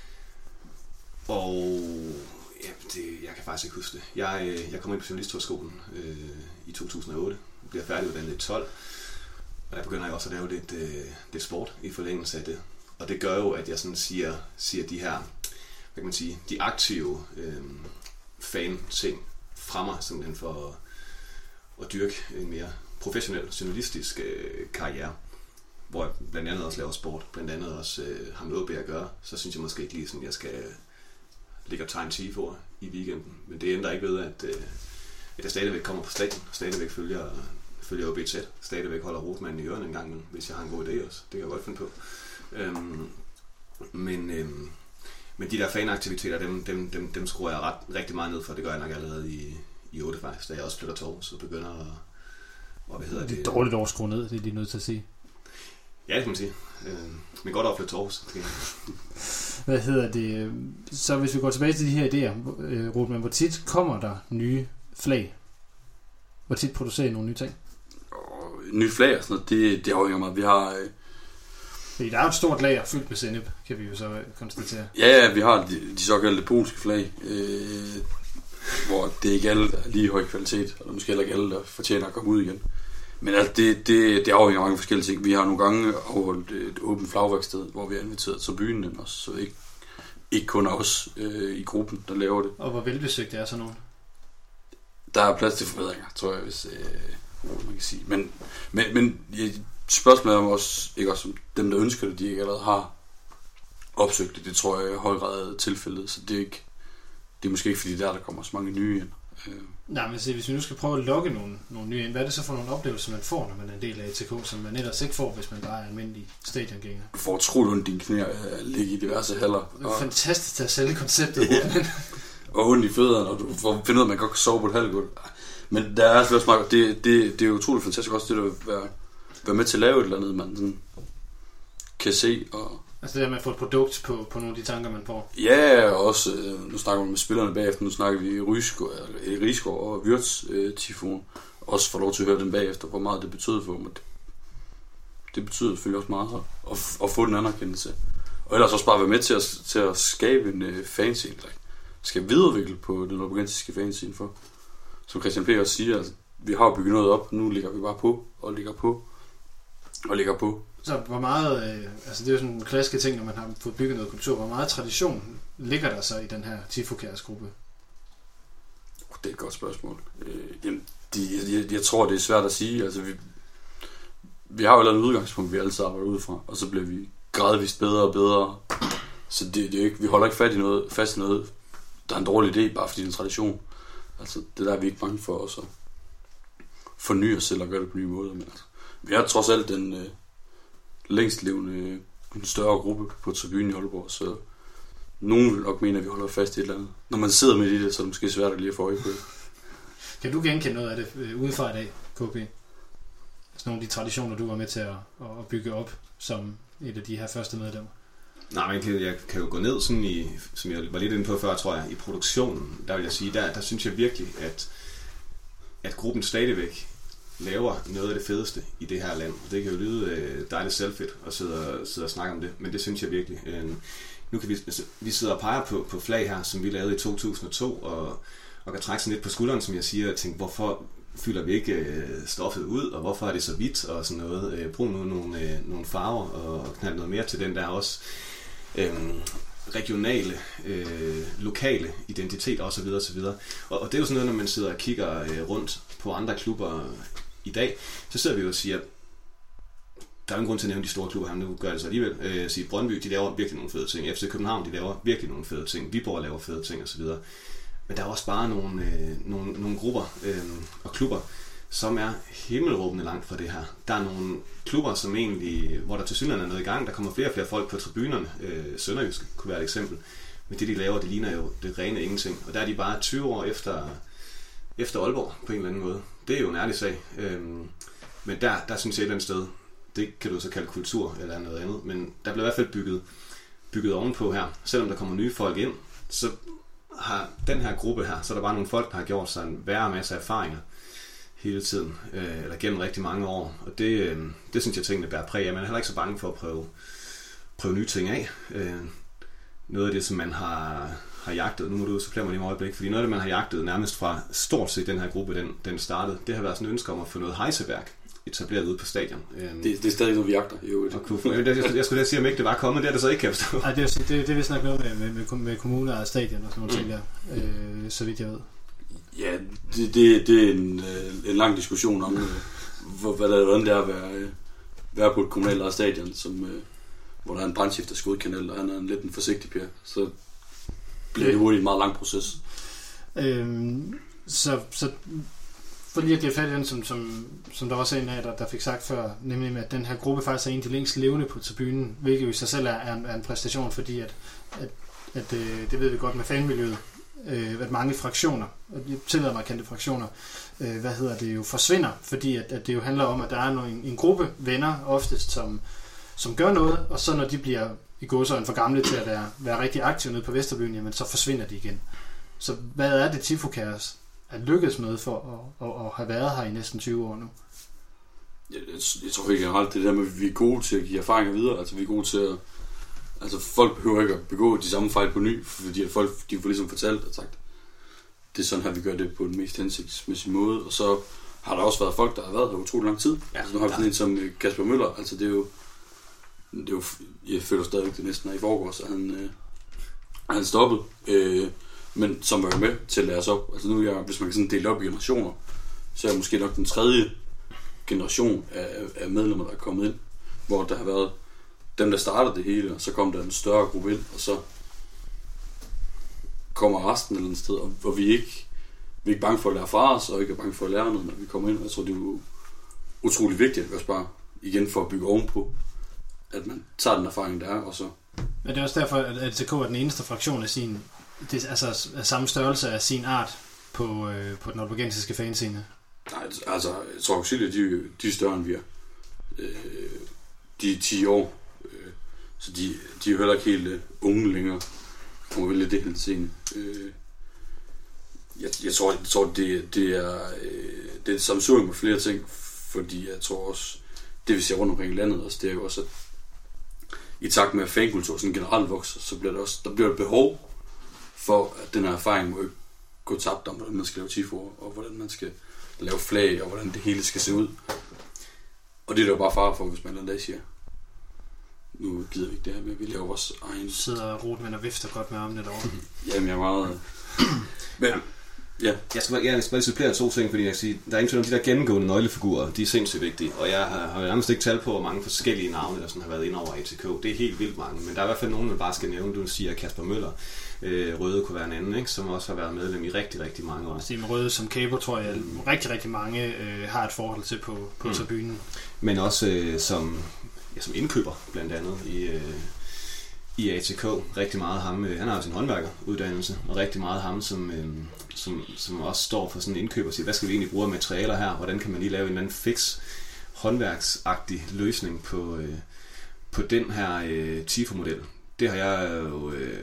og ja, det, jeg kan faktisk ikke huske det. Jeg, øh, jeg kom ind på journalisthøjskolen øh, i to tusind og otte. Jeg bliver færdiguddannet i tolv. Og der begynder jeg også at lave lidt, øh, lidt sport i forlængelse af det. Og det gør jo, at jeg sådan siger, siger de her, hvad kan man sige, de aktive øh, fan-ting fra mig, simpelthen for at dyrke en mere professionel, journalistisk øh, karriere, hvor jeg blandt andet også laver sport, blandt andet også øh, har med O B at gøre, så synes jeg måske ikke lige sådan, at jeg skal ligge og tegne tifo i weekenden. Men det ændrer ikke ved, at, øh, at jeg stadigvæk kommer på stadion, stadigvæk følger, følger O B tæt, stadigvæk holder Rothmann i ørerne en gang, hvis jeg har en god idé også. Det kan jeg godt finde på. Øhm, men, øhm, Men de der fanaktiviteter, dem, dem, dem, dem skruer jeg ret, rigtig meget ned for. Det gør jeg nok allerede i, i otte faktisk, da jeg også flytter til Aarhus og begynder at... Og hvad hedder det? Det er dårligt over at skrue ned, det er de nødt til at sige. Ja, det kan man sige. Øh, men godt at flytte til Aarhus. Okay. Hvad hedder det? Så hvis vi går tilbage til de her idéer, øh, Rotman, hvor tit kommer der nye flag? Hvor tit producerer I nogle nye ting? Og nye flag og sådan noget, det, det afhænger meget. Vi har... Øh... Fordi der er et stort lager fyldt med sennep, kan vi jo så konstatere. Ja, ja, vi har de, de såkaldte polske flag, øh, hvor det ikke alle, der er lige høj kvalitet, og måske heller ikke alle, der fortjener at komme ud igen. Men altså, det, det, det afhænger af mange forskellige ting. Vi har nogle gange afholdt et åbent flagværksted, hvor vi har inviteret tribunen også, så ikke, ikke kun os øh, i gruppen, der laver det. Og hvor velbesøgt det er sådan nogen? Der er plads til forbedringer, tror jeg, hvis øh, man kan sige. Men, men, men ja, spørgsmålet er også, ikke også dem, der ønsker det, de ikke allerede har opsøgt det. Det tror jeg i høj grad er tilfældet, så det er, ikke, det er måske ikke fordi der, der kommer så mange nye ind. Nej, men se, hvis vi nu skal prøve at lokke nogle, nogle nye ind, hvad er det så for nogle oplevelser, man får, når man er en del af A T K, som man ellers ikke får, hvis man bare er almindelig stadiongænger? Du får utroligt ondt i dine knæ at ligge i diverse haller. Det er fantastisk til at sælge konceptet. Ja. Og ondt i fødderne, og du får finde ud af, at man godt kan sove på et halvgulv. Men der er også meget, det, det, det er utroligt fantastisk også, det at være, være med til at lave et eller andet, man sådan kan se. Og altså det der med at få et produkt på, på nogle af de tanker, man får? Ja, og også, nu snakker vi med spillerne bagefter, nu snakker vi Rigsgaard og Wirtz øh, Tifon. Også får lov til at høre den bagefter, hvor meget det betød for dem. Det, det betyder selvfølgelig også meget at, at få den anerkendelse. Og ellers også bare være med til at, til at skabe en øh, fanscene, der skal videreudvikle på den obergensiske fanscene for. Som Christian P. også siger, altså, vi har jo bygget noget op, nu ligger vi bare på, og ligger på, og ligger på. Så hvor meget, øh, altså det er jo sådan en klassiske ting, når man har fået bygget noget kultur, hvor meget tradition ligger der så i den her Tifokærs-gruppe? Det er et godt spørgsmål. Øh, jamen, de, jeg, jeg tror, det er svært at sige. Altså, vi, vi har jo lavet en udgangspunkt, vi altid arbejder ud fra, og så bliver vi gradvist bedre og bedre. Så det, det er ikke, vi holder ikke fast i noget, fast i noget, der er en dårlig idé, bare fordi det er en tradition. Altså, det der er vi ikke bange for os at forny os selv og gøre det på nye måder. Men altså, vi har trods alt den øh, længstlevende, en større gruppe på tribunen i Aalborg, så nogen vil nok mene, at vi holder fast i et eller andet. Når man sidder med i det, så er det måske svært at lige at få øje på det. Kan du genkende noget af det øh, udefra i dag, K P? Altså nogle af de traditioner, du var med til at, at bygge op som et af de her første medlemmer? Nej, men jeg kan jo gå ned sådan i, som jeg var lidt inde på før, tror jeg, i produktionen. Der vil jeg sige, der, der synes jeg virkelig, at, at gruppen stadigvæk laver noget af det fedeste i det her land. Det kan jo lyde dejligt selvfedt at sidde og, sidde og snakke om det, men det synes jeg virkelig. Nu kan vi, altså, vi sidder og peger på, på flag her, som vi lavede i to tusind og to, og, og kan trække sådan lidt på skulderen, som jeg siger, og tænke, hvorfor fylder vi ikke øh, stoffet ud, og hvorfor er det så hvidt og sådan noget. Øh, brug nu nogle, øh, nogle farver og knald noget mere til den der også øh, regionale, øh, lokale identitet osv. osv. Og, og det er jo sådan noget, når man sidder og kigger øh, rundt på andre klubber i dag, så sidder vi jo og siger, der er ingen grund til at nævne de store klubber her, men nu gør det så alligevel. Øh, sige, Brøndby, de laver virkelig nogle fede ting. F C København, de laver virkelig nogle fede ting. Viborg laver fede ting osv. Men der er også bare nogle, øh, nogle, nogle grupper øh, og klubber, som er himmelråbende langt fra det her. Der er nogle klubber, som egentlig, hvor der til synligheden er noget i gang. Der kommer flere og flere folk på tribunerne. Øh, Sønderjysk kunne være et eksempel. Men det, de laver, det ligner jo det rene ingenting. Og der er de bare tyve år efter, efter Aalborg på en eller anden måde. Det er jo en ærlig sag. Øh, men der, der synes jeg et eller andet sted, det kan du så kalde kultur eller noget andet. Men der bliver i hvert fald bygget, bygget ovenpå her. Selvom der kommer nye folk ind, så har den her gruppe her, så er der bare nogle folk, der har gjort sig en værre masse erfaringer hele tiden, øh, eller gennem rigtig mange år, og det, øh, det synes jeg tingene bærer præg af. Man er heller ikke så bange for at prøve, prøve nye ting af. Øh, noget af det, som man har, har jagtet, nu må du supplere mig lige med øjeblik, fordi noget af det, man har jagtet nærmest fra stort set den her gruppe, den, den startede, det har været sådan et ønske om at få noget hejseværk etableret ude på stadion. Det, det er stadig noget, vi jagter. Jo. Jeg, jeg, jeg skulle da sige, om ikke det var kommet, det er det så ikke, kan jeg forstå. Ej, det er det, det vil snakke noget med, med, med kommuner og stadion og sådan nogle ting der, øh, så vidt jeg ved. Ja, det, det, det er en, en lang diskussion om, hvor, hvad der, hvordan det er at være, være på et kommunalt stadion, som, hvor der er en brandskifterskudkanal, og han er en lidt en forsigtig per, så bliver det hurtigt en meget lang proces. Øhm, så, så for lige at gribe fat i den, som, som, som der også er en af, der, der fik sagt før, nemlig med, at den her gruppe faktisk er en af de længst levende på tribunen, hvilket jo i sig selv er, er, en, er en præstation, fordi at, at at øh, det ved vi godt med fanmiljøet, øh, at mange fraktioner, og jeg tillader mig at kalde det fraktioner, øh, hvad hedder det jo, forsvinder, fordi at, at det jo handler om, at der er en, en gruppe venner oftest, som, som gør noget, og så når de bliver i gåseøjne for gamle til at være, være rigtig aktive nede på Vesterbyen, jamen så forsvinder de igen. Så hvad er det Tifo-kaos at lykkes med for at, at, at have været her i næsten tyve år nu? Jeg, jeg, jeg tror ikke generelt det der med, at vi er gode til at give erfaringer videre. Altså vi er gode til at... Altså folk behøver ikke at begå de samme fejl på ny, fordi at folk de får ligesom fortalt og sagt, det er sådan her, vi gør det på den mest hensigtsmæssige måde. Og så har der også været folk, der har været her utrolig lang tid. Ja, altså nu har vi sådan en som Kasper Møller. Altså det er jo... Det er jo jeg føler stadigvæk det næsten er i forgårs, at han, øh, han stoppede. Øh, men som var med til at lære os op. Altså nu er jeg, hvis man kan sådan dele op i generationer, så er jeg måske nok den tredje generation af, af medlemmer, der er kommet ind, hvor der har været dem, der startede det hele, og så kom der en større gruppe ind, og så kommer resten et eller andet sted, og hvor vi ikke, vi er ikke bange for at lære fra os, og ikke er bange for at lære noget, når vi kommer ind. Jeg tror, det er utrolig vigtigt, at vi også bare igen for at bygge ovenpå, at man tager den erfaring, der er, og så... Men det er også derfor, at A T K er den eneste fraktion af sin, det, altså af samme størrelse af sin art på, øh, på den aalborgensiske fanscene. Nej, altså, jeg tror også, at de, de er større end vi er. Øh, de er ti år, øh, så de, de er jo heller ikke helt uh, unge længere. Kommer vel lidt det hele scene. Øh, jeg, jeg tror, jeg tror det, det er øh, det er et samsøring med flere ting, fordi jeg tror også, det vi ser rundt omkring i landet også, det er jo også, at i takt med at fankultur sådan generelt vokser, så bliver der også, der bliver et behov for, at den her erfaring må gå tabt om, hvordan man skal lave tifo, og hvordan man skal lave flag, og hvordan det hele skal se ud. Og det er der jo bare fare for, hvis man en dag siger, nu gider vi ikke det her, men vi laver vores egen... Sidder Rotman og vifter godt med armene derovre. Jamen, jeg er meget... Men, ja. Jeg skal, jeg skal bare supplere to ting, fordi jeg siger, der er ingen tvivl om de der gennemgående nøglefigurer, de er sindssygt vigtige, og jeg har, har nærmest ikke talt på, hvor mange forskellige navne, der sådan har været ind over A T K. Det er helt vildt mange, men der er i hvert fald nogen, man bare skal nævne. Du siger Kasper Møller, øh, Røde kunne være en anden, ikke? Som også har været medlem i rigtig, rigtig mange år. Med Røde som Cabo, tror jeg, mm. rigtig, rigtig mange øh, har et forhold til på, på mm. tribunen. Men også øh, som, ja, som indkøber, blandt andet, i... Øh, i A T K, rigtig meget ham, han har jo sin håndværkeruddannelse, og rigtig meget ham, som, øh, som, som også står for sådan en indkøb og siger, hvad skal vi egentlig bruge af materialer her, hvordan kan man lige lave en eller anden fix håndværksagtig løsning på, øh, på den her øh, tifo-model. Det har jeg jo, øh,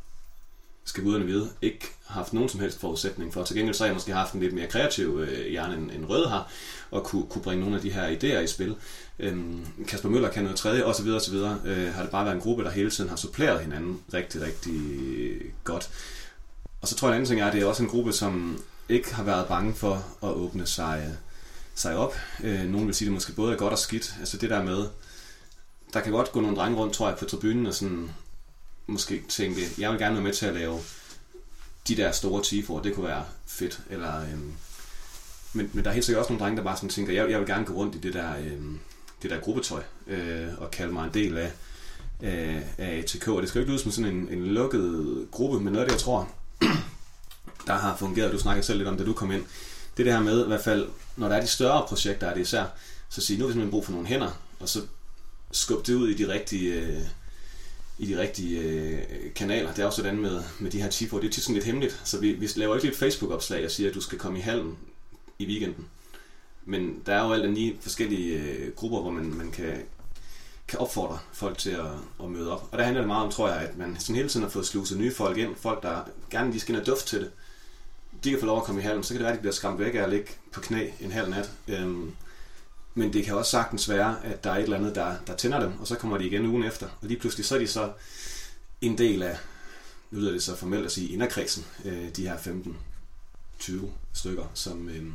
skal guderne vide, ikke haft nogen som helst forudsætning for. Til gengæld så har jeg måske haft en lidt mere kreativ øh, hjerne end, end Røde har, og kunne, kunne bringe nogle af de her idéer i spil. Øhm, Kasper Møller kan noget tredje, osv. osv. Øh, har det bare været en gruppe, der hele tiden har suppleret hinanden rigtig, rigtig godt. Og så tror jeg, en anden ting er, at det er også en gruppe, som ikke har været bange for at åbne sig, sig op. Øh, nogen vil sige, at det måske både er godt og skidt. Altså det der med, der kan godt gå nogle drenge rundt, tror jeg, på tribunen og sådan måske tænke, jeg vil gerne være med til at lave de der store tifoer, det kunne være fedt. Eller, øhm, men, men der er helt sikkert også nogle drenge, der bare sådan tænker, jeg, jeg vil gerne gå rundt i det der, øhm, det der gruppetøj øh, og kalde mig en del af, af, af A T K. Og det skal jo ikke lyde som sådan en, en lukket gruppe, men noget af det, jeg tror, der har fungeret, du snakkede selv lidt om, da du kom ind, det er det her med, i hvert fald, når der er de større projekter, er det især, så sige, nu er vi simpelthen brug for nogle hænder, og så skubbe det ud i de rigtige... Øh, i de rigtige øh, kanaler. Det er også sådan med, med de her tifo. Det er tit sådan lidt hemmeligt, så vi, vi laver ikke et Facebook-opslag og siger, at du skal komme i hallen i weekenden. Men der er jo alt lige forskellige øh, grupper, hvor man, man kan, kan opfordre folk til at, at møde op. Og der handler det meget om, tror jeg, at man sådan hele tiden har fået sluset nye folk ind. Folk, der gerne lige skal have duft til det. De kan få lov at komme i hallen, så kan det være, at de bliver skræmt væk af at ligge på knæ en halv nat. Øhm, Men det kan også sagtens være, at der er et eller andet, der, der tænder dem, og så kommer de igen ugen efter. Og lige pludselig så er de så en del af, nu lyder det så formelt at sige, inderkredsen, øh, de her femten tyve stykker, som, øh,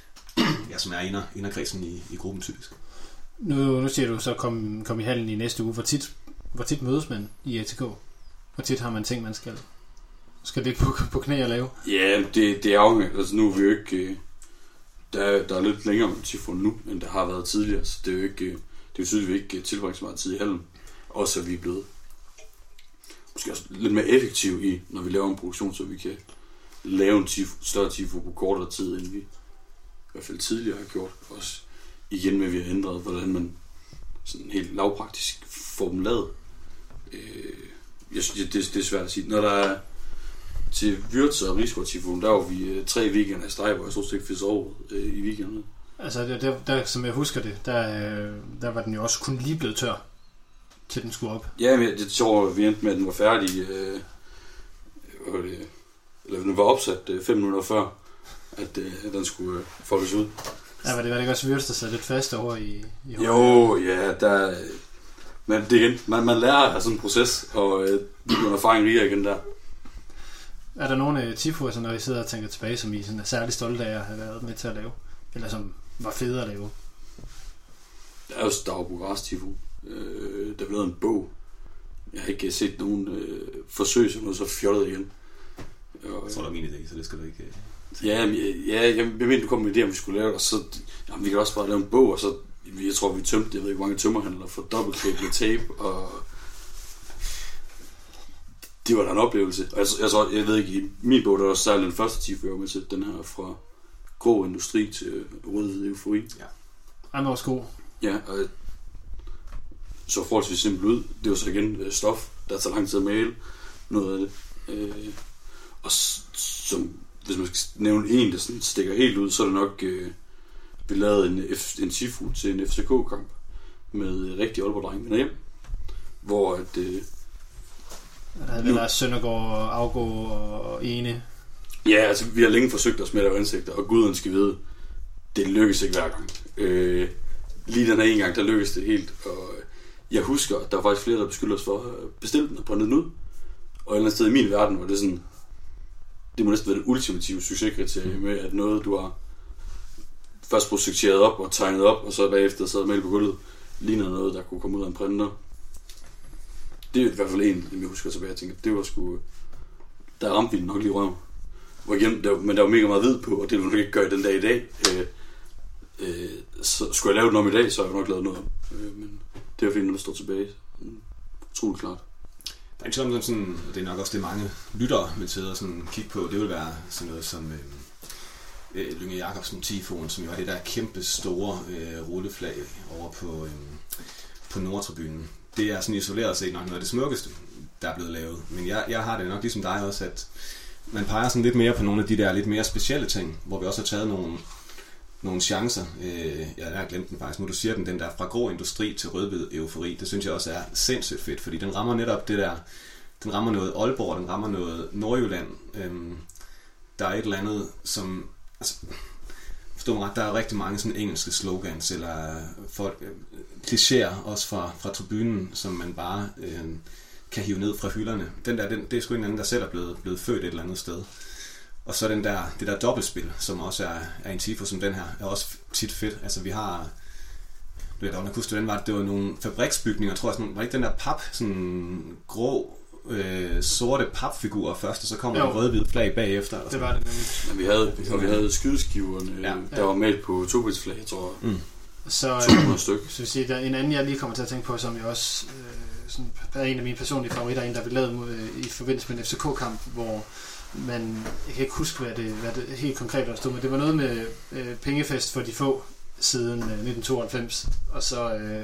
ja, som er inder, inderkredsen i, i gruppen typisk. Nu, nu siger du så, kom, kom i hallen i næste uge. Hvor tit, hvor tit mødes man i A T K? Hvor tit har man ting, man skal, skal ligge på, på knæ og lave? Ja, det, det er jo, altså nu er vi jo ikke... Der er, der er lidt længere med tifo nu, end der har været tidligere, så det er jo ikke, det er jo tydeligt, at vi ikke tilbringer så meget tid i hallen. Også at vi er blevet måske også lidt mere effektive i, når vi laver en produktion, så vi kan lave en tifo, større tifo på kortere tid, end vi i hvert fald tidligere har gjort. Også igen med, at vi har ændret, hvordan man sådan helt lavpraktisk får dem lavet. Øh, jeg synes, det, det er svært at sige. Når der er til Würz og Rigsgaard-Tifon, der var vi øh, tre weekender i streg, hvor jeg stod ikke fisk over øh, i weekenden. Altså, der, der, der, som jeg husker det, der, øh, der var den jo også kun lige blevet tør, til den skulle op. Ja, men jeg tror, vi endte med, at den var færdig, øh, det, eller den var opsat øh, fem minutter før, at, øh, at den skulle øh, foldes ud. Ja, var det, var det ikke også Würz, der satte lidt fast over i, i Jo, ja, der... Men det igen, man, man lærer af sådan en proces, og øh, det bliver en erfaring rigere igen der. Er der nogle tifoer, som når I sidder og tænker tilbage, som I sådan er særlig stolte af at have været med til at lave? Eller som var fede at lave? Der er jo Stavbogras tifo. Øh, der blev lavet en bog. Jeg har ikke set nogen øh, forsøg, som noget så fjollet igen. Og, jeg tror, der er min idé, så det skal du ikke... Ja, ja, jeg mener, du kom med idé, om vi skulle lave det, og så... Jamen, vi kan også bare lave en bog, og så... Jeg tror, vi tømte, jeg ved ikke, hvor mange tømmerhandler for dobbeltklæbende tape, og... Det var da en oplevelse. Og jeg, jeg, jeg, jeg ved ikke, i min bog, der var særligt den første tifo, jeg var med til, den her fra grå industri til rød eufori. Ja. Han var også god. Ja, og så forholdsvis simpelt ud. Det var så igen stof, der tager lang tid at male noget af det. Øh, og som, hvis man skal nævne en, der sådan stikker helt ud, så er det nok, øh, vi lavede en, F, en tifo til en F C K-kamp med rigtig Aalborg-drenge vender hjem, hvor at... Øh, der havde været Søndergaard, Afgård og Ene. Ja, altså vi har længe forsøgt at smette af ansigter, og guden skal vide, det lykkes ikke hver gang. Øh, lige den her en gang, der lykkedes det helt, og jeg husker, at der var faktisk flere, der beskyldte os for at bestille den og brænde den ud. Og et eller andet sted i min verden var det sådan, det må næsten være det ultimative succeskriterie med, at noget, du har først projekteret op og tegnet op, og så bagefter sad og malet på gulvet, lignede noget, der kunne komme ud af en printer. Det er i hvert fald en, jeg husker tilbage, jeg tænker, det var sgu, der ramte vi den nok lige røven. Igen, der, men der var mega meget hvid på, og det ville nok ikke gøre den dag i dag. Øh, øh, så skulle jeg lave den om i dag, så har jeg nok lavet noget om. Øh, men det er fordi, når der står tilbage. Utroligt klart. Der er ikke sådan, sådan, det er nok også det mange lyttere vil sidde og sådan kigge på. Det vil være sådan noget som øh, øh, Lynge Jacobsen Tifoen, som jo har det der kæmpe store øh, rulleflag over på, øh, på Nordtribunen. Det er sådan isoleret set nok noget af det smukkeste, der er blevet lavet. Men jeg, jeg har det nok ligesom dig også, at man peger sådan lidt mere på nogle af de der lidt mere specielle ting, hvor vi også har taget nogle, nogle chancer. Øh, jeg har glemt den faktisk. Nu du siger den, den der fra grå industri til rødhvid eufori, det synes jeg også er sindssygt fedt, fordi den rammer netop det der, den rammer noget Aalborg, den rammer noget Nordjylland. Øhm, der er et eller andet, som, altså, forstår mig ret, der er rigtig mange sådan engelske slogans, eller for, øh, klichéer også fra, fra tribunen, som man bare øh, kan hive ned fra hylderne. Den der, den, det er sgu en anden, der selv er blevet, blevet født et eller andet sted. Og så den der, det der dobbeltspil, som også er, er en tifo som den her, er også tit fedt. Altså vi har, du ved, der var den var, det var nogle fabriksbygninger, tror jeg, sådan, var ikke den der pap, sådan grå, øh, sorte papfigurer først, og så kommer der rød-hvid flag bagefter. Det var det nemlig. Ja, vi havde, og vi havde skydeskiverne, ja, der ja. var med på to-bits-flag, tror jeg. Mm. Så to hundrede stykker. Så vil sige, der er en anden, jeg lige kommer til at tænke på, som jeg også øh, sådan, er en af mine personlige favoritter, en der vi lavede øh, i forbindelse med en F C K-kamp, hvor man, jeg kan ikke huske, hvad det, hvad det helt konkret var stod, men det var noget med øh, pengefest for de få siden øh, nitten tooghalvfems, og så øh,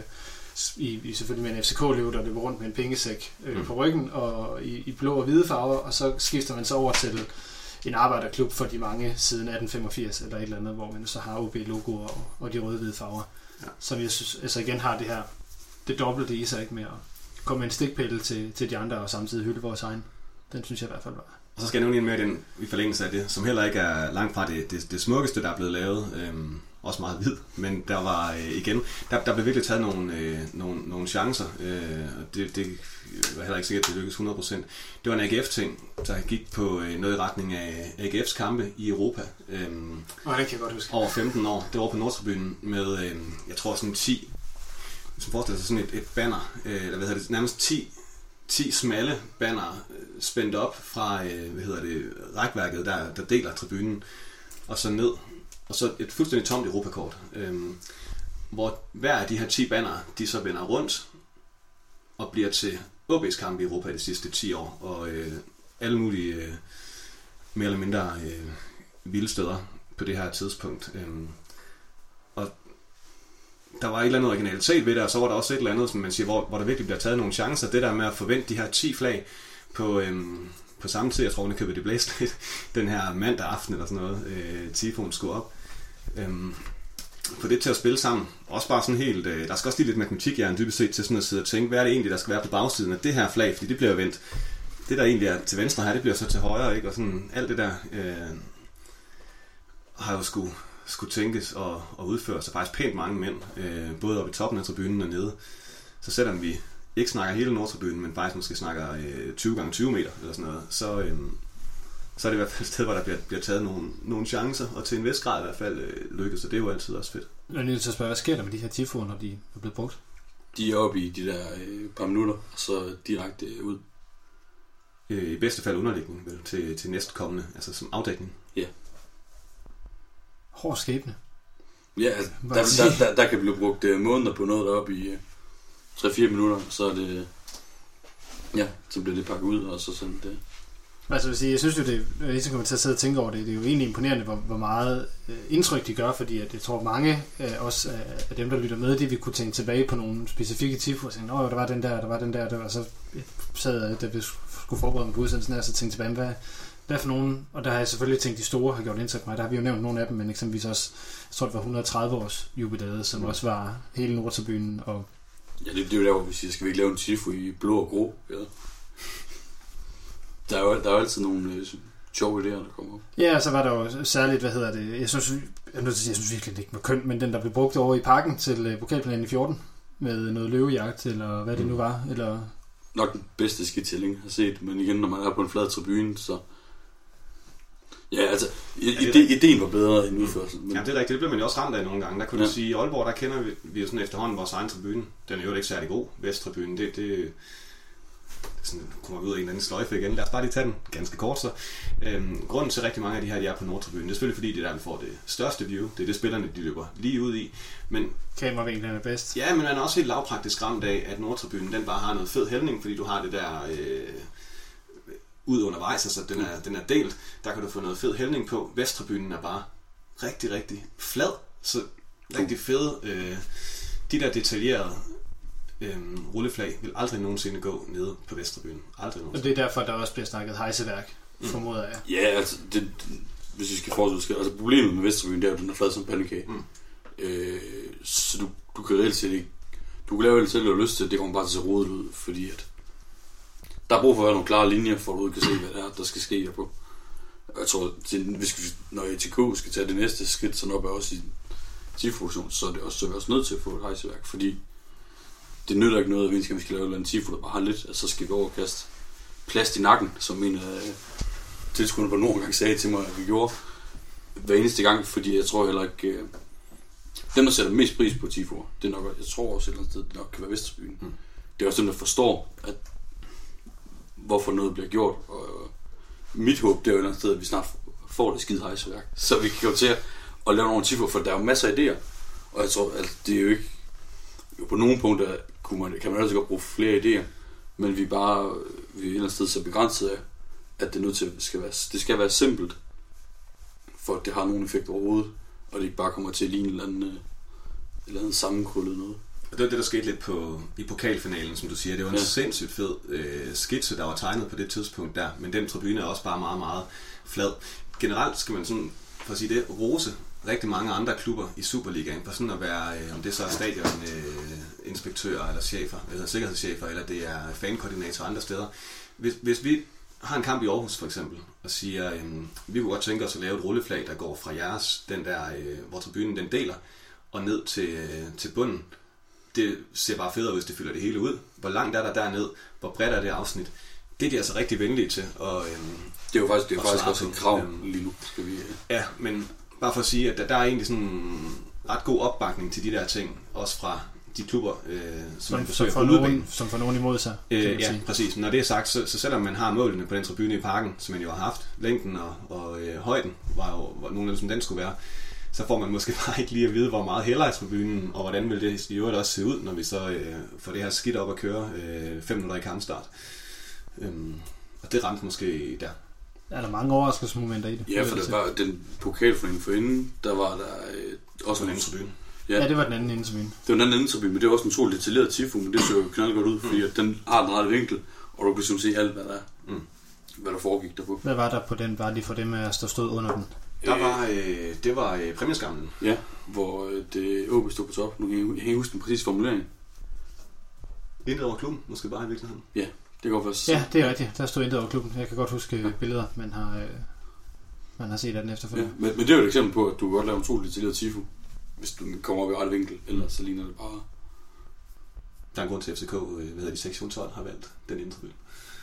i, i selvfølgelig med en F C K-løb, der løber rundt med en pengesæk øh, mm. på ryggen, og i, i blå og hvide farver, og så skifter man så over til en arbejderklub for de mange siden atten femogfirs, eller et eller andet, hvor man så har O B-logoer og, og de røde-hvide farver, ja. Som jeg synes, altså igen har det her, det dobbelte i sig, ikke, med at komme med en stikpille til, til de andre, og samtidig hylde vores egen. Den synes jeg i hvert fald var. Og så skal jeg nævne en med den i forlængelse af det, som heller ikke er langt fra det, det, det smukkeste, der er blevet lavet. Øhm, også meget hvid, men der var øh, igen, der, der blev virkelig taget nogle, øh, nogle, nogle chancer. Øh, det, det var heller ikke sikkert, at det lykkedes hundrede procent. Det var en A G F-ting, der gik på øh, noget i retning af A G F's kampe i Europa. Øhm, oh, det kan jeg godt huske. Over femten år. Det var på Nordtribunen med, øh, jeg tror sådan ti, hvis man forestiller sig sådan et, et banner, øh, eller hvad hedder det, nærmest ti ti smalle banner spændt op fra øh, hvad hedder det, rækværket, der, der deler tribunen, og så ned, og så et fuldstændig tomt Europakort, øh, hvor hver af de her ti banner, de så vender rundt og bliver til O B's kampe i Europa i de sidste ti år, og øh, alle mulige øh, mere eller mindre øh, vilde steder på det her tidspunkt. Øh, og der var et eller andet originalitet ved det, og så var der også et eller andet, som man siger, hvor, hvor der virkelig bliver taget nogle chancer. Det der med at forvente de her ti flag på, øhm, på samme tid, jeg tror, at købet det blæste lidt, den her mandag aften eller sådan noget, øh, Tifoen skulle op. Øhm, få det til at spille sammen. Også bare sådan helt, øh, der skal også lige lidt matematik, jeg er dybest set til sådan at sidde og tænke, hvad er det egentlig, der skal være på bagsiden af det her flag, fordi det bliver vendt. Det der egentlig er til venstre her, det bliver så til højre, ikke? Og sådan alt det der øh, har jo skulle, skulle tænkes og, og udføres. Der er faktisk pænt mange mænd, øh, både oppe i toppen af tribunen og nede. Så selvom vi ikke snakker hele Nordtribunen, men faktisk måske snakker øh, tyve gange tyve meter eller sådan noget, så, øh, så er det i hvert fald et sted, hvor der bliver, bliver taget nogle, nogle chancer, og til en vis grad i hvert fald øh, lykkes, og det er jo altid også fedt. Jeg er nødt til at spørge, hvad sker der med de her tifoer, når de er blevet brugt? De er oppe i de der øh, par minutter, og så direkte øh, ud. I bedste fald underlægning vel, til, til næstkommende, altså som afdækning. Ja. Hård skæbne. Ja, altså, der, der, der, der kan blive brugt uh, måneder på noget deroppe i uh, tre fire minutter, så er det, ja, så bliver det pakket ud, og så sådan det. Altså, jeg, sige, jeg synes jo, det er, jeg kommer til at sidde og tænke over det, det er jo egentlig imponerende, hvor, hvor meget øh, indtryk de gør, fordi at jeg tror mange øh, også øh, af dem, der lytter med, de vil kunne tænke tilbage på nogle specifikke tifoer, og sige, åh, der var den der, der var den der, der var så jeg sad, da vi skulle forberede mig på udsendelsen, og så tænkte tilbage, hvad, hvad for nogen, og der har jeg selvfølgelig tænkt, de store har gjort indtryk på mig, der har vi jo nævnt nogle af dem, men eksempelvis også, jeg tror det var et hundrede og tredive års jubilæet, som mm. også var hele Nordtribunen, og ja, det, det er jo der, hvor vi siger, skal vi ikke lave en tifo i blå og grå, ja. Der er jo, der er jo altid nogle øh, sjove idéer, der kommer op. Ja, så var der jo særligt, hvad hedder det, jeg synes, jeg, jeg synes virkelig, det ikke var kønt, men den, der blev brugt over i parken til øh, pokalfinalen i fjorten, med noget løvejagt, eller hvad det nu var, eller... Nok den bedste skitælling, jeg har set, men igen, når man er på en flad tribune, så... Ja, altså, ide, ideen var bedre end udførelsen. Men... Ja, det er rigtigt, det bliver man jo også ramt af nogle gange. Der kunne ja. du sige, i Aalborg, der kender vi, vi jo sådan efterhånden vores egen tribune. Den er jo ikke særlig god, Vesttribunen, det... det sådan kommer vi ud af en eller anden sløjfe igen. Lad os bare lige tage den ganske kort så. Øhm, grunden til rigtig mange af de her, de er på Nordtribunen, det er selvfølgelig fordi, det er der, vi får det største view. Det er det, spillerne de løber lige ud i. Men kameravinklen er bedst. Ja, men man er også helt lavpraktisk ramt af, at Nordtribunen, den bare har noget fed hældning, fordi du har det der øh, ud undervejs, altså den er, den er delt. Der kan du få noget fed hældning på. Vesttribunen er bare rigtig, rigtig flad. Så rigtig fede. Øh, de der detaljerede Øhm, rulleflag vil aldrig nogensinde gå nede på Vesttribunen. Aldrig nogensinde. Og det er derfor, der også bliver snakket hejseværk, mm. formoder jeg. Ja, altså, det, hvis vi skal forestille, altså problemet med Vesttribunen, det er jo, den er flad som pandekage. Mm. Øh, så du, du kan reelt set ikke, du kan lave det selv, og lyst til, det kommer bare til at se rodet ud, fordi at der er brug for at have nogle klare linjer, for at du kan se, hvad det er, der skal ske derpå. Jeg tror, til, hvis vi, når A T K skal tage det næste skridt, så op er også i tifo-funktion, så er det også, så er vi også nødt til at få et hejseværk, fordi det nytter ikke noget, at vi skal, vi skal lave en tifo, der bare har lidt, og så skal vi overkaste plast i nakken, som en af tilskuerne på nogle gange sagde til mig, at vi gjorde hver eneste gang, fordi jeg tror heller ikke, øh, dem der sætter mest pris på tifoer, det er nok, jeg tror også et eller andet sted, det nok kan være Vesttribunen. Mm. Det er også dem, der forstår, at hvorfor noget bliver gjort, og mit håb, det er jo et eller andet sted, at vi snart får det skide hejseværk, så vi kan gå til at lave nogle tifoer, for der er jo masser af idéer, og jeg tror, at det er jo ikke, jo på nogle punkter kunne man, kan man altså godt bruge flere idéer, men vi er bare vi er et eller andet sted så begrænset af, at det er nødt til, skal være, det skal være simpelt, for at det har nogen effekt overhovedet, og det ikke bare kommer til at ligne et eller andet, et eller andet sammenkrøllet noget. Og det var det, der skete lidt på, i pokalfinalen, som du siger. Det var en ja. sindssygt fed øh, skitse, der var tegnet på det tidspunkt der, men den tribune er også bare meget, meget flad. Generelt skal man sådan, for at sige det, rose rigtig mange andre klubber i Superligaen for sådan at være, øh, om det så er stadioninspektører øh, eller chefer, eller sikkerhedschefer, eller det er fankoordinatorer andre steder. Hvis, hvis vi har en kamp i Aarhus for eksempel, og siger, øh, vi kunne godt tænke os at lave et rulleflag, der går fra jeres, den der, øh, hvor tribunen den deler, og ned til, øh, til bunden. Det ser bare federe ud, hvis det fylder det hele ud. Hvor langt er der derned? Hvor bredt er det afsnit? Det er de altså rigtig venlige til. Og, øhm, det er jo faktisk, det er faktisk også et krav øhm, lige nu. Skal vi, ja, men bare for at sige, at der, der er egentlig sådan en ret god opbakning til de der ting, også fra de klubber, øh, som, som, som, for nogen, som får nogen imod sig. Øh, ja, sige. Præcis. Når det er sagt, så, så selvom man har målene på den tribune i parken, som man jo har haft, længden og, og øh, højden, var jo var nogle af dem, som den skulle være, så får man måske bare ikke lige at vide, hvor meget hælder i tribunen, og hvordan vil det i øvrigt også se ud, når vi så øh, får det her skidt op at køre øh, fem minutter i kampstart. Øhm, og det ramte måske der. Er der mange overraskelsesmomenter i det? Ja, for der var den pokalfinalen for inden, der var der øh, også en anden tribune. Ja. ja, det var den anden indetribune. Det var den anden indetribune, men det var også en utrolig detaljeret tifo, men det så jo knaldt godt ud, fordi at den har den rette vinkel, og du kan ligesom se alt, hvad der er. Mm. Hvad der foregik derpå. Hvad var der på den, bare lige for dem, der stod under den? Der var, øh, det var øh, præmieskamlen. Ja, hvor øh, det O B stod på top. Nu kan jeg ikke huske den præcis formulering. Intet over klubben, måske bare i virkeligheden. Ja, det kan godt være. Ja, det er rigtigt. Der stod intet over klubben. Jeg kan godt huske ja. billeder, man har, øh, man har set af den efterfølgende. Ja, men, men det er jo et eksempel på, at du kan godt lave en utrolig detaljeret tifo, hvis du kommer op i rette vinkel, eller så ligner det bare... Der er en grund til, at F C K, hvad hedder de, sektion tolv har valgt den indetribune.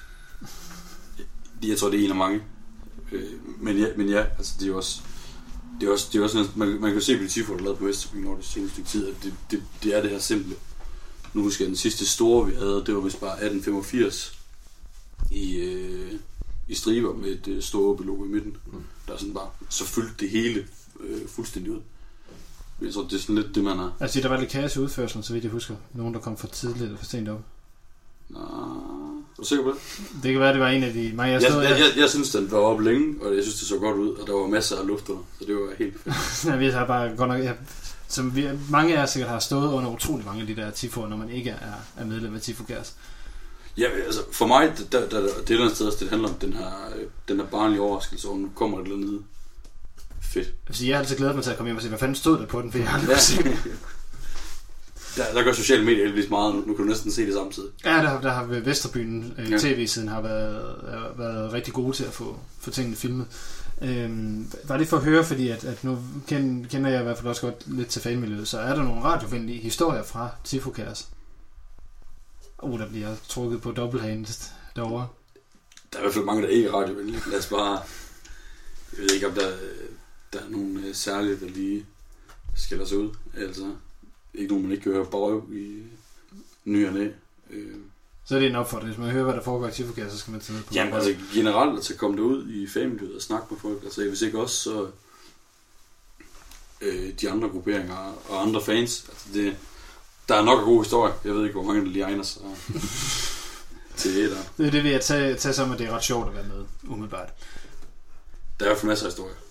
Jeg tror, det er en af mange. Men ja, men ja, altså det er også, det er også, det er også man, man kan jo se på de tifo, der er lavet på Vesterbyen over det seneste stykke tid, at det, det, det er det her simple. Nu husker jeg, den sidste store, vi havde, det var vist bare atten femogfirs i, øh, i striber med et øh, store O B-logo i midten. Mm. Der er sådan bare, så fyldte det hele øh, fuldstændig ud. Jeg tror, det er sådan lidt det, man har... Altså, der var lidt kaos i udførelsen, så vidt jeg husker. Nogen, der kom for tidligt eller for sent op. Nå, er du sikker på det? Det kan være, det var en af de... Mange, jeg, stod, jeg, jeg, jeg, jeg synes, den var oppe længe, og jeg synes, det så godt ud, og der var masser af luft under, så det var helt fedt. Ja, vi har bare godt nok... Jeg, som vi, mange af jer sikkert har stået under utrolig mange af de der tifoer, når man ikke er, er medlem af Tifokærs. Ja, altså for mig, der, der, der, det er et eller andet sted, det handler om den her, den her barnlige overraskelse, og nu kommer det lidt ned. Fedt. Altså, jeg har altid glædet mig til at komme hjem og se, hvad fanden stod der på den, for jeg har aldrig set det. Der, der gør sociale medier heldigvis meget, nu, nu kan du næsten se det samtidig. Ja, der, der har Vesterbyen øh, ja. tv-siden har været, været rigtig gode til at få, få tingene filmet. Øhm, var det for at høre, fordi at, at nu kender jeg i hvert fald også godt lidt til fanmiljøet, så er der nogle radiovenlige historier fra Tifokærs? Uh, der bliver trukket på dobbelthand derovre. Der er i hvert fald mange, der ikke er radiovenlige. Lad os bare... Jeg ved ikke, om der, der er nogen særlige, der lige skiller sig ud. Altså, ikke nogen, man ikke kan høre bare i ny og næ. Øh. Så er det en opfordring. Hvis man hører, hvad der foregår i Tifokærs, så skal man tage ned på. Jamen, altså generelt at komme derud i fanmiljøet og snakke med folk. Altså, hvis ikke også, så øh, de andre grupperinger og andre fans. Altså, det, der er nok af gode historier. Jeg ved ikke, hvor mange der lige egner sig til det der. Det er det, vil jeg tage, tage som, at det er ret sjovt at være med, umiddelbart. Der er i hvert fald masser af historier.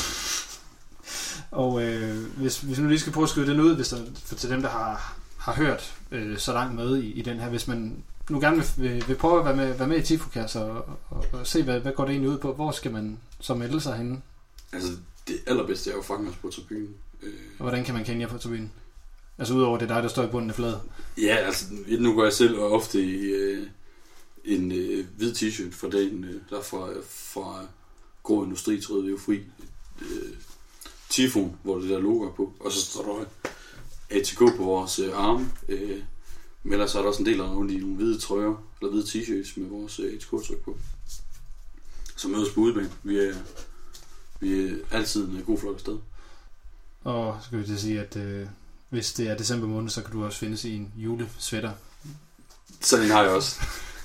Og øh, hvis, hvis nu lige skal prøve at skyde den ud, hvis der, for til dem, der har, har hørt øh, så langt med i, i den her, hvis man nu gerne vil, vil, vil prøve at være med, være med i Tifokærs og, og, og se, hvad, hvad går det egentlig ud på, hvor skal man så melde sig henne? Altså, det allerbedste er jo at fange os på tribunen. Øh... Og hvordan kan man kende jer på tribunen? Altså udover det er dig, der står i bunden af fladet? Ja, altså nu går jeg selv og ofte i øh, en øh, hvid t-shirt fra dagen, øh, der fra, fra Grå Industri, tror jeg, det er jo fri. Øh, Tifon, hvor det der logo er på, og så står der A T K på vores øh, arme. Øh, men ellers er der også en del af nogle, nogle hvide trøjer, eller hvide t-shirts med vores øh, A T K-tryk på. Så mødes på udebane. Vi er, vi er altid en god flok afsted. Og så skal vi til sige, at øh, hvis det er december måned, så kan du også findes i en julesvætter. Sådan en har jeg også.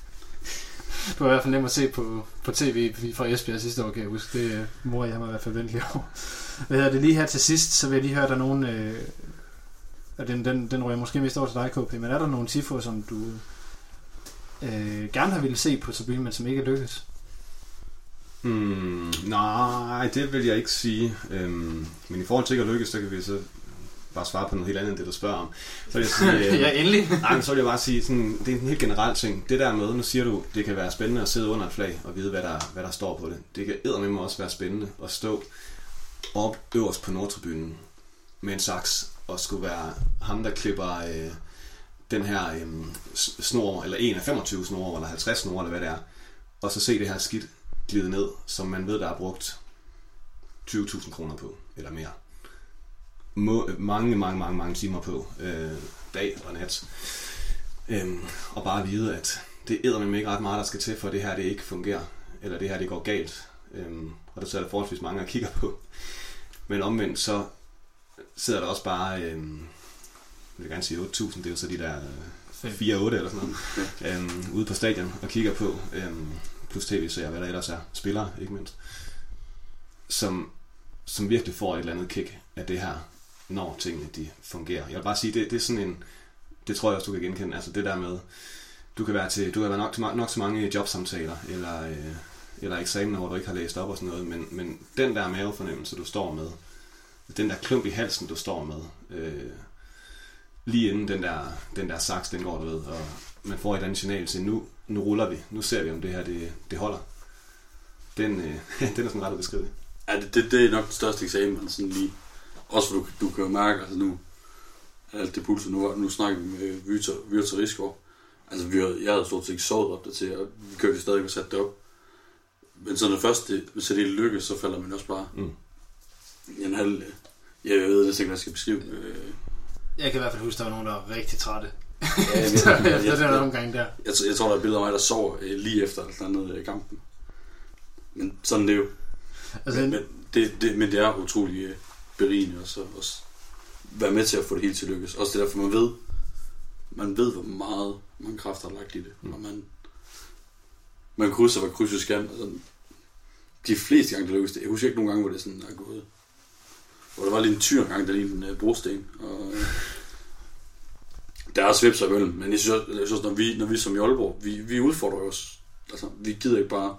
Du har i hvert fald nemt at se på, på tv fra Esbjerg sidste år, kan jeg huske. Det øh, mor jeg mig i hvert fald ventelig over. Hvad hedder det lige her til sidst, så vil jeg lige høre, der er nogen... Øh, den, den, den rører måske mest over til dig, K P, men er der nogle tifo, som du øh, gerne har ville se på tribunen, men som ikke er lykkedes? Hmm, nej, det vil jeg ikke sige. Øhm, men i forhold til ikke at lykkes, så kan vi så bare svare på noget helt andet, end det du spørger om. Så vil jeg sige, øh, ja, endelig. Nej, men så vil jeg bare sige, sådan, det er en helt generel ting. Det der med, nu siger du, det kan være spændende at sidde under et flag og vide, hvad der, hvad der står på det. Det kan eddermame også være spændende at stå op øverst på Nordtribunen med en saks og skulle være ham, der klipper øh, den her øh, snor, eller en af femogtyve snore, eller halvtreds snore, eller hvad det er, og så se det her skidt glide ned, som man ved, der er brugt tyve tusind kroner på, eller mere. Må, mange, mange, mange, mange timer på, øh, dag og nat. Øhm, og bare vide, at det eddermame ikke ret meget, der skal til, for det her det ikke fungerer, eller det her det går galt. Øhm, og der sidder der forholdsvis mange og kigger på. Men omvendt, så sidder der også bare, øhm, jeg vil gerne sige otte tusind, det er jo så de der øh, fire otte eller sådan noget, øhm, ude på stadion og kigger på, øhm, plus tv-serier, hvad der ellers er, spillere ikke mindst, som, som virkelig får et eller andet kick af det her, når tingene de fungerer. Jeg vil bare sige, det, det er sådan en, det tror jeg også, du kan genkende, altså det der med, du kan være til, du kan være nok til, nok til mange jobsamtaler, eller, øh, eller eksamener, hvor du ikke har læst op og sådan noget, men, men den der mavefornemmelse, du står med, den der klump i halsen, du står med, øh, lige inden den der, den der saks, den går, du ved, og man får et andet signal til, nu, nu ruller vi, nu ser vi, om det her, det, det holder. Den, øh, den er sådan ret at beskrive. Ja, det, det, det er nok den største eksamen, sådan lige. Også for du, du kan jo mærke, altså nu, alt det pulser, nu, nu snakker vi med Vyrter Rigsgaard. Altså, vi havde, jeg havde stort set ikke sovet op der til, og vi kørte stadig og satte det op. Men så når først det, hvis det lykkes, så falder man også bare mm. en halv... Jeg ved det ikke, hvad jeg skal beskrive. Jeg kan i hvert fald huske, at der var nogen, der var rigtig trætte. Ja, jeg, efter jeg, jeg, den jeg, omgang der. Jeg, jeg, jeg tror, der er billeder af mig, der sover lige efter alt andet i kampen. Men sådan det er jo. Altså, men, men, det, det, men det er utrolig berigende også, også være med til at få det hele til at lykkes. Også det derfor, man ved, man ved, hvor meget mange kræfter har lagt i det. Mm. Og man, man krydser, hvad krydset skal. Altså, de fleste gange, det lykkes det. Jeg husker ikke nogen gange, hvor det sådan er gået. Hvor der var lige en tyr gang, der lignede en uh, brosten. Og, uh, der er svipser imellem, men jeg synes, jeg synes når, vi, når vi som i Aalborg, vi, vi udfordrer os. Altså, vi gider ikke bare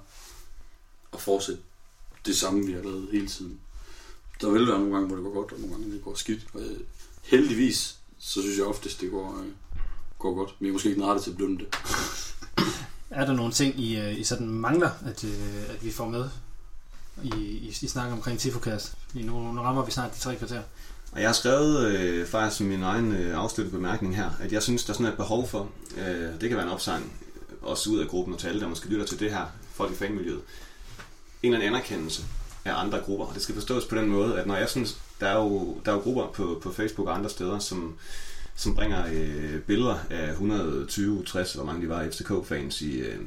at fortsætte det samme, vi har lavet hele tiden. Der vil være nogle gange, hvor det går godt, og nogle gange, det går skidt. Og, uh, heldigvis, så synes jeg oftest, det går, uh, går godt. Men jeg er måske ikke nærmere til at blunde det. Er der nogle ting, I, I sådan mangler, at, at vi får med i, i, i snakken omkring Tifokast? Nu, nu rammer vi snart de tre kvarter. Og jeg har skrevet øh, faktisk min egen øh, afsluttende bemærkning her, at jeg synes, der er sådan et behov for, øh, det kan være en opsang, også ud af gruppen og til alle, der måske lytter til det her, folk i fanmiljøet, en eller anden anerkendelse af andre grupper. Det skal forstås på den måde, at når jeg synes, der er jo, der er jo grupper på, på Facebook og andre steder, som, som bringer øh, billeder af et hundrede og tyve tres, hvor mange de var F C K-fans i, øh,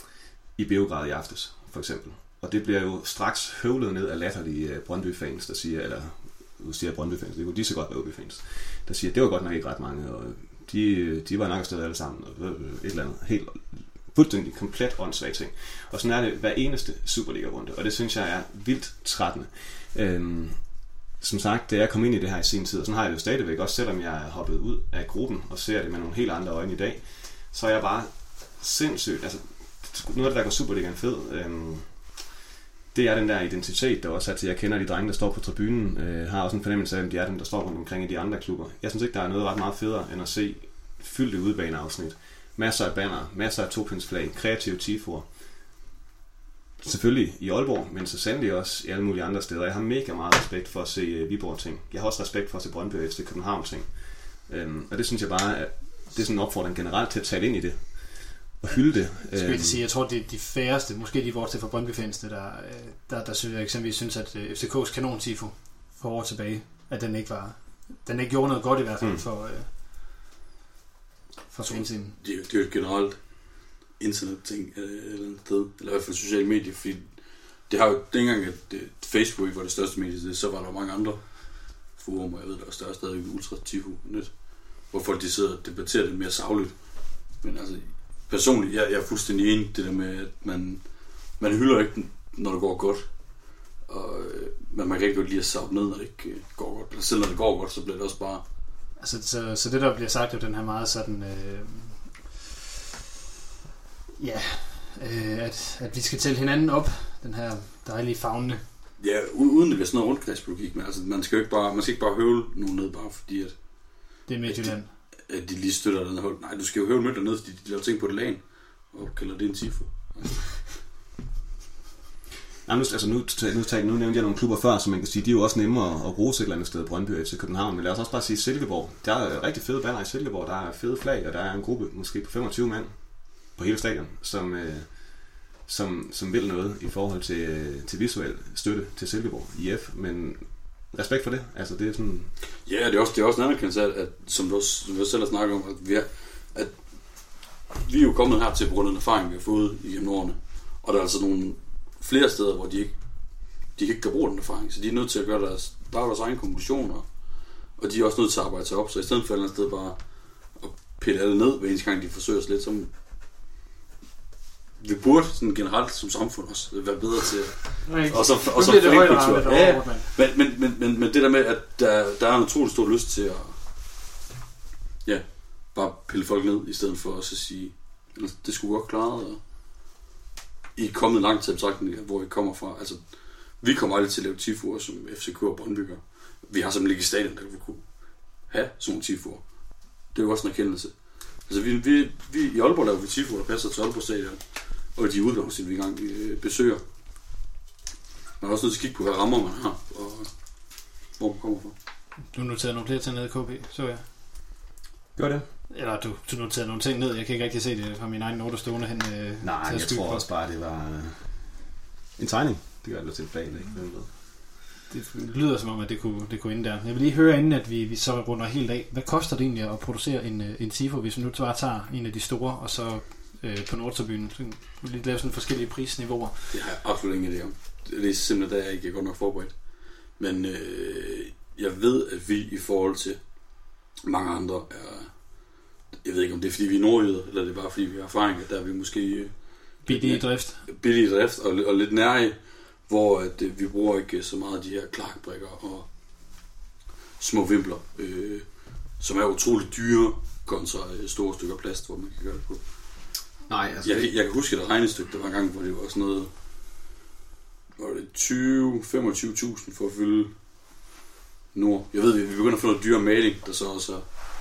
i Beograd i aftes, for eksempel. Og det bliver jo straks høvlet ned af latterlige Brøndby-fans, der siger, eller nu siger jeg Brøndby-fans, det kunne de så godt være O B-fans, der siger, det var godt nok ikke ret mange, og de, de var nok afsted alle sammen, og et eller andet helt fuldstændig komplet åndssvage ting. Og sådan er det hver eneste Superliga-runde, og det synes jeg er vildt trættende. Øhm, som sagt, da jeg kom ind i det her i sin tid, og sådan har jeg det jo stadigvæk, også selvom jeg er hoppet ud af gruppen og ser det med nogle helt andre øjne i dag, så er jeg bare sindssygt, altså noget af det, der går Superligaen fed, øhm, det er den der identitet, der også er til, jeg kender de drenge, der står på tribunen, øh, har også en fornemmelse af, at de er dem, der står rundt omkring i de andre klubber. Jeg synes ikke, der er noget ret meget federe, end at se fyldte udebaneafsnit. Masser af banner, masser af topindsflag, kreative tifoer. Selvfølgelig i Aalborg, men så sandelig også i alle mulige andre steder. Jeg har mega meget respekt for at se uh, Viborg-ting. Jeg har også respekt for at se Brøndby og F C København-ting. Um, og det synes jeg bare, at det er sådan en opfordring generelt til at tale ind i det. Og hylde det. Skal jeg sige, jeg tror, det er de færreste, måske de vores til for Brøndby-fans, der, der, der, der synes, jeg eksempelvis synes, at F C K's kanon-tifo for år tilbage, at den ikke var, den ikke gjorde noget godt i hvert fald mm. for, øh, for solsiden. Det, det er jo et generelt internet-ting eller et sted, eller i hvert fald sociale medier, fordi det har jo dengang, at det, Facebook var det største medie, så var der mange andre forumer, jeg ved, der var større stadig ultra-tifo-net, hvor folk de sidder og debatterer det mere sagligt. Men altså, personligt, jeg, jeg er fuldstændig enig det der med, at man, man hylder ikke, når det går godt. Og, men man kan ikke godt lide at savne ned, når det ikke går godt. Eller selv når det går godt, så bliver det også bare... Altså, så, så det der bliver sagt, er den her meget sådan... Øh, ja, øh, at, at vi skal tælle hinanden op, den her dejlige favne. Ja, uden det bliver sådan noget rundkredspsykologi, men altså, man skal jo ikke bare, man skal ikke bare høvle nogen ned, bare fordi at... Det er Midtjylland. At, at de lige støtter den hold. Nej, du skal jo høvle mønter ned, fordi de laver ting på det lagen, og kalder det en tifo. Nej, nu, altså nu, nu, nu nævnte jeg nogle klubber før, som man kan sige, de er jo også nemmere at bruge til et eller andet sted, Brøndby til København, men lad os også bare sige Silkeborg. Der er rigtig fede banner i Silkeborg, der er fede flag, og der er en gruppe, måske på femogtyve mand, på hele stadion, som, øh, som, som vil noget i forhold til, øh, til visuel støtte til Silkeborg I F, men respekt for det, altså det er sådan... Ja, det er også, det er også en anerkendelse af, at, som du også, som du selv har snakket om, at vi, er, at vi er jo kommet her til på grund af den erfaring, vi har fået igennem årene, og der er altså nogle flere steder, hvor de ikke, de ikke kan bruge den erfaring, så de er nødt til at gøre deres, der er deres egne konklusioner, og de er også nødt til at arbejde sig op, så i stedet for et eller andet sted bare at pille alle ned, hver eneste gang de forsøger sig lidt, som vi burde sådan generelt som samfund også være bedre til Nej, og så, og så fankultur. Ja, men, men, men, men, men det der med, at der, der er en utrolig stor lyst til at ja, bare pille folk ned, i stedet for at så sige, det skulle godt klare, og I er kommet langt til betragtning, hvor I kommer fra. Altså, vi kommer aldrig til at lave tifoer, som F C K og Brøndby gør. vi har simpelthen ikke i stadion, der vi kunne have sådan nogle tifoer. Det er jo også en erkendelse. Altså, vi, vi, vi, i Aalborg laver vi tifoer, der passer til Aalborg Stadion, og de udgangstil, vi engang øh, besøger. Man er også nødt til at kigge på, hvad rammer man har, og hvor man kommer fra. Du noterede nogle flere ting ned i K P, så jeg. Gør det? Eller du, du noterede nogle ting ned. Jeg kan ikke rigtig se det fra min egen noter stående hen. Øh, Nej, jeg tror også bare, det var øh, en tegning. Det gør det til en plan, ikke? Det lyder som om, at det kunne, det kunne ende der. Jeg vil lige høre, inden at vi, vi så runder helt af. Hvad koster det egentlig at producere en, en tifo, hvis vi nu bare tager en af de store, og så øh, på Nordtribunen? Så kan vi lige lave sådan forskellige prisniveauer. Det har jeg absolut ingen idé om. Det er simpelthen, der jeg ikke er godt nok forberedt. Men øh, jeg ved, at vi i forhold til mange andre er... Jeg ved ikke, om det er, fordi vi er nordjyder, eller det er bare, fordi vi har erfaring, at der er vi måske... Billig i drift. Billig i drift, og, og lidt nær i, hvor at, øh, vi bruger ikke så meget af de her Clark-brikker og små vimpler, øh, som er utroligt dyre, kontra store stykker plast, hvor man kan gøre det på. Nej, altså... Jeg, jeg kan huske et regnestykke, der var en gang, hvor det var sådan noget... Var det tyve til femogtyve tusind for at fylde nord. Jeg ved, vi begynder at få noget dyre maling, der så også er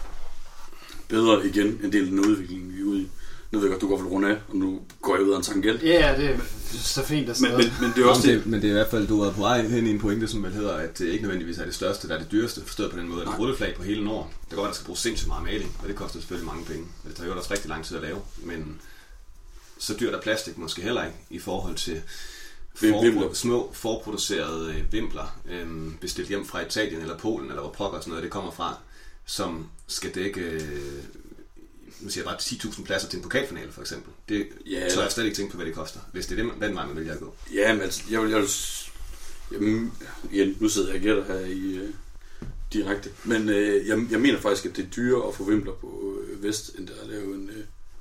bedre igen, en del af den udvikling, vi er ude i. Nu ved jeg godt, du går vel rundt af, og nu går jeg ud af en tangent. Ja, det er så fint at men, men, men det er også det, det. Men det er i hvert fald, du er på vej hen i en pointe, som vel hedder, at det ikke nødvendigvis er det største, der er det dyreste, forstået på den måde. Et rulleflag på hele Nord. Det går, at der skal bruge sindssygt meget maling, og det koster selvfølgelig mange penge. Og det tager jo også rigtig lang tid at lave, men så dyrt er plastik måske heller ikke i forhold til forpro- små forproducerede øh, vimpler, øh, bestilt hjem fra Italien eller Polen, eller hvor pokker sådan noget det kommer fra, som skal dække... Øh, nu siger jeg bare ti tusind pladser til en pokalfinale, for eksempel. Det ja, tør jeg slet ikke tænke på, hvad det koster, hvis det er den, den vej, man vælger at gå. Ja, men altså, jeg vil... Jeg vil jamen, igen, nu sidder jeg og gætter her i uh, direkte, men uh, jeg, jeg mener faktisk, at det er dyrere at få vimpler på uh, vest, end der at lave en uh,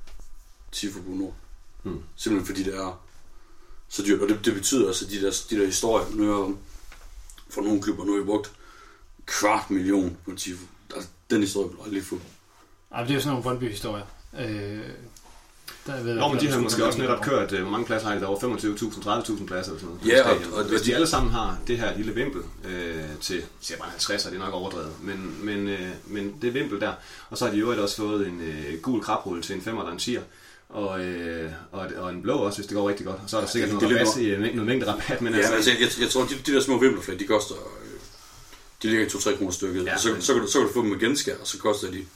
tifo på nord. Hmm. Simpelthen fordi det er så dyrt, og det, det betyder også, at de der, de der historier, nu hører om, for nogle klubber, nu har vi brugt kvart million på en tifo. Altså, den historie vil jeg aldrig få. Ej, det er jo sådan nogle Brøndby-historier. Øh, der ved Nå, men de har måske også netop kørt, hvor mange pladser har de der over femogtyve tusind, tredive tusind pladser eller sådan noget. Ja, og, og hvis de alle sammen har det her lille vimpel øh, til, siger bare halvtreds, det er nok overdrevet, men, men, øh, men det vimpel der, og så har de jo også fået en øh, gul krabrulle til en femmer eller en tier, og, øh, og, og en blå også, hvis det går rigtig godt. Og så er der sikkert ja, noget, rabat, i, noget mængde rabat. Men ja, altså, altså, jeg, jeg tror, de, de der små vimplerflag, de koster, øh, de ligger i to til tre kroner stykket. Ja, så, men... så, så, kan du, så kan du få dem med genskær, og så koster de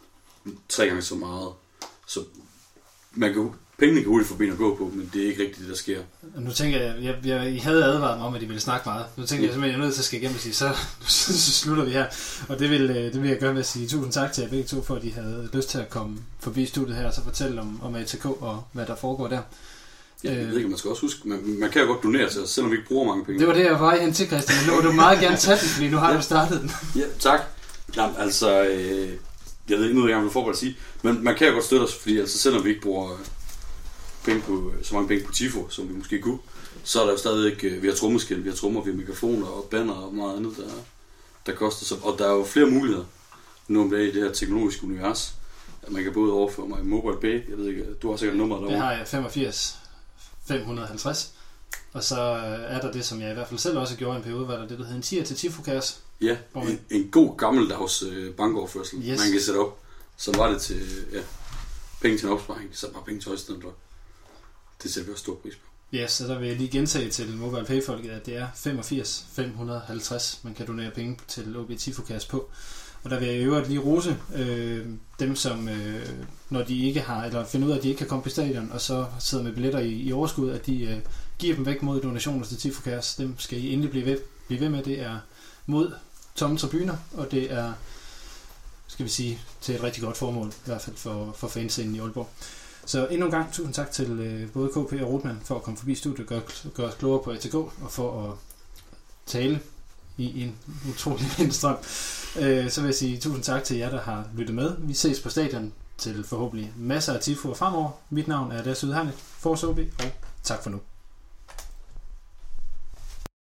tre gange så meget. Så man kan, pengene kan hurtigt forbi at gå på, men det er ikke rigtigt det, der sker. Nu tænker jeg, jeg, jeg, I havde advaret mig om, at de ville snakke meget. Nu tænker jeg simpelthen, jeg er nødt til at skal igennem og sige, så, så slutter vi her. Og det vil, det vil jeg gøre med at sige tusind tak til jer begge to, for at I havde lyst til at komme forbi studiet her, og så fortælle om, om A T K og hvad der foregår der. Ja, jeg ved ikke, man skal også huske, man, man kan jo godt donere til os, selvom vi ikke bruger mange penge. Det var det, jeg var vej hen til, Christian. Nu vil du meget gerne tage den, fordi nu har ja. du startet den. Ja, tak. Jamen, altså... Øh... Jeg ved ikke noget, jeg vil forberedt at sige, men man kan jo godt støtte os, fordi altså, selvom vi ikke bruger penge på, så mange penge på tifo, som vi måske kunne, så er der jo stadig ikke, vi har trommeskæld, vi har trommer, vi har mikrofoner og banner og meget andet, der, der koster sig. Og der er jo flere muligheder nu om dagen i det her teknologiske univers, at man kan både overføre mig i MobilePay, jeg ved ikke, du har sikkert nummeret derovre. Det har jeg, femogfirs fem hundrede og halvtreds. Og så er der det, som jeg i hvert fald selv også gjorde i en periode, var der det, der hedder en tier til Tifokasse. Ja, en, en god gammeldags øh, bankoverførsel, yes. Man kan sætte op. Så var det til ja, penge til en opsparing, så bare penge til højstedet. Det sætter vi også stor pris på. Ja, yes, så der vil jeg lige gentage til MobilePay-folket, at det er femogfirs fem hundrede og halvtreds, man kan donere penge til O B Tifokasse på. Og der vil jeg i øvrigt lige rose øh, dem, som øh, når de ikke har, eller finder ud af, at de ikke kan komme på stadion, og så sidder med billetter i, i overskud, at de øh, giver dem væk mod donationer til Tifokasse. Dem skal I endelig blive ved, blive ved med. Det er mod tomme tribuner, og det er, skal vi sige, til et rigtig godt formål, i hvert fald for, for fanscenen i Aalborg. Så endnu en gang tusind tak til øh, både K P og Rothmann for at komme forbi studiet og gøre, gøre os klogere på A T K, og for at tale i en utrolig vindstrøm. Øh, så vil jeg sige tusind tak til jer, der har lyttet med. Vi ses på stadion til forhåbentlig masser af tifoer fremover. Mit navn er Lasse Udhegnet, Force O B, og tak for nu.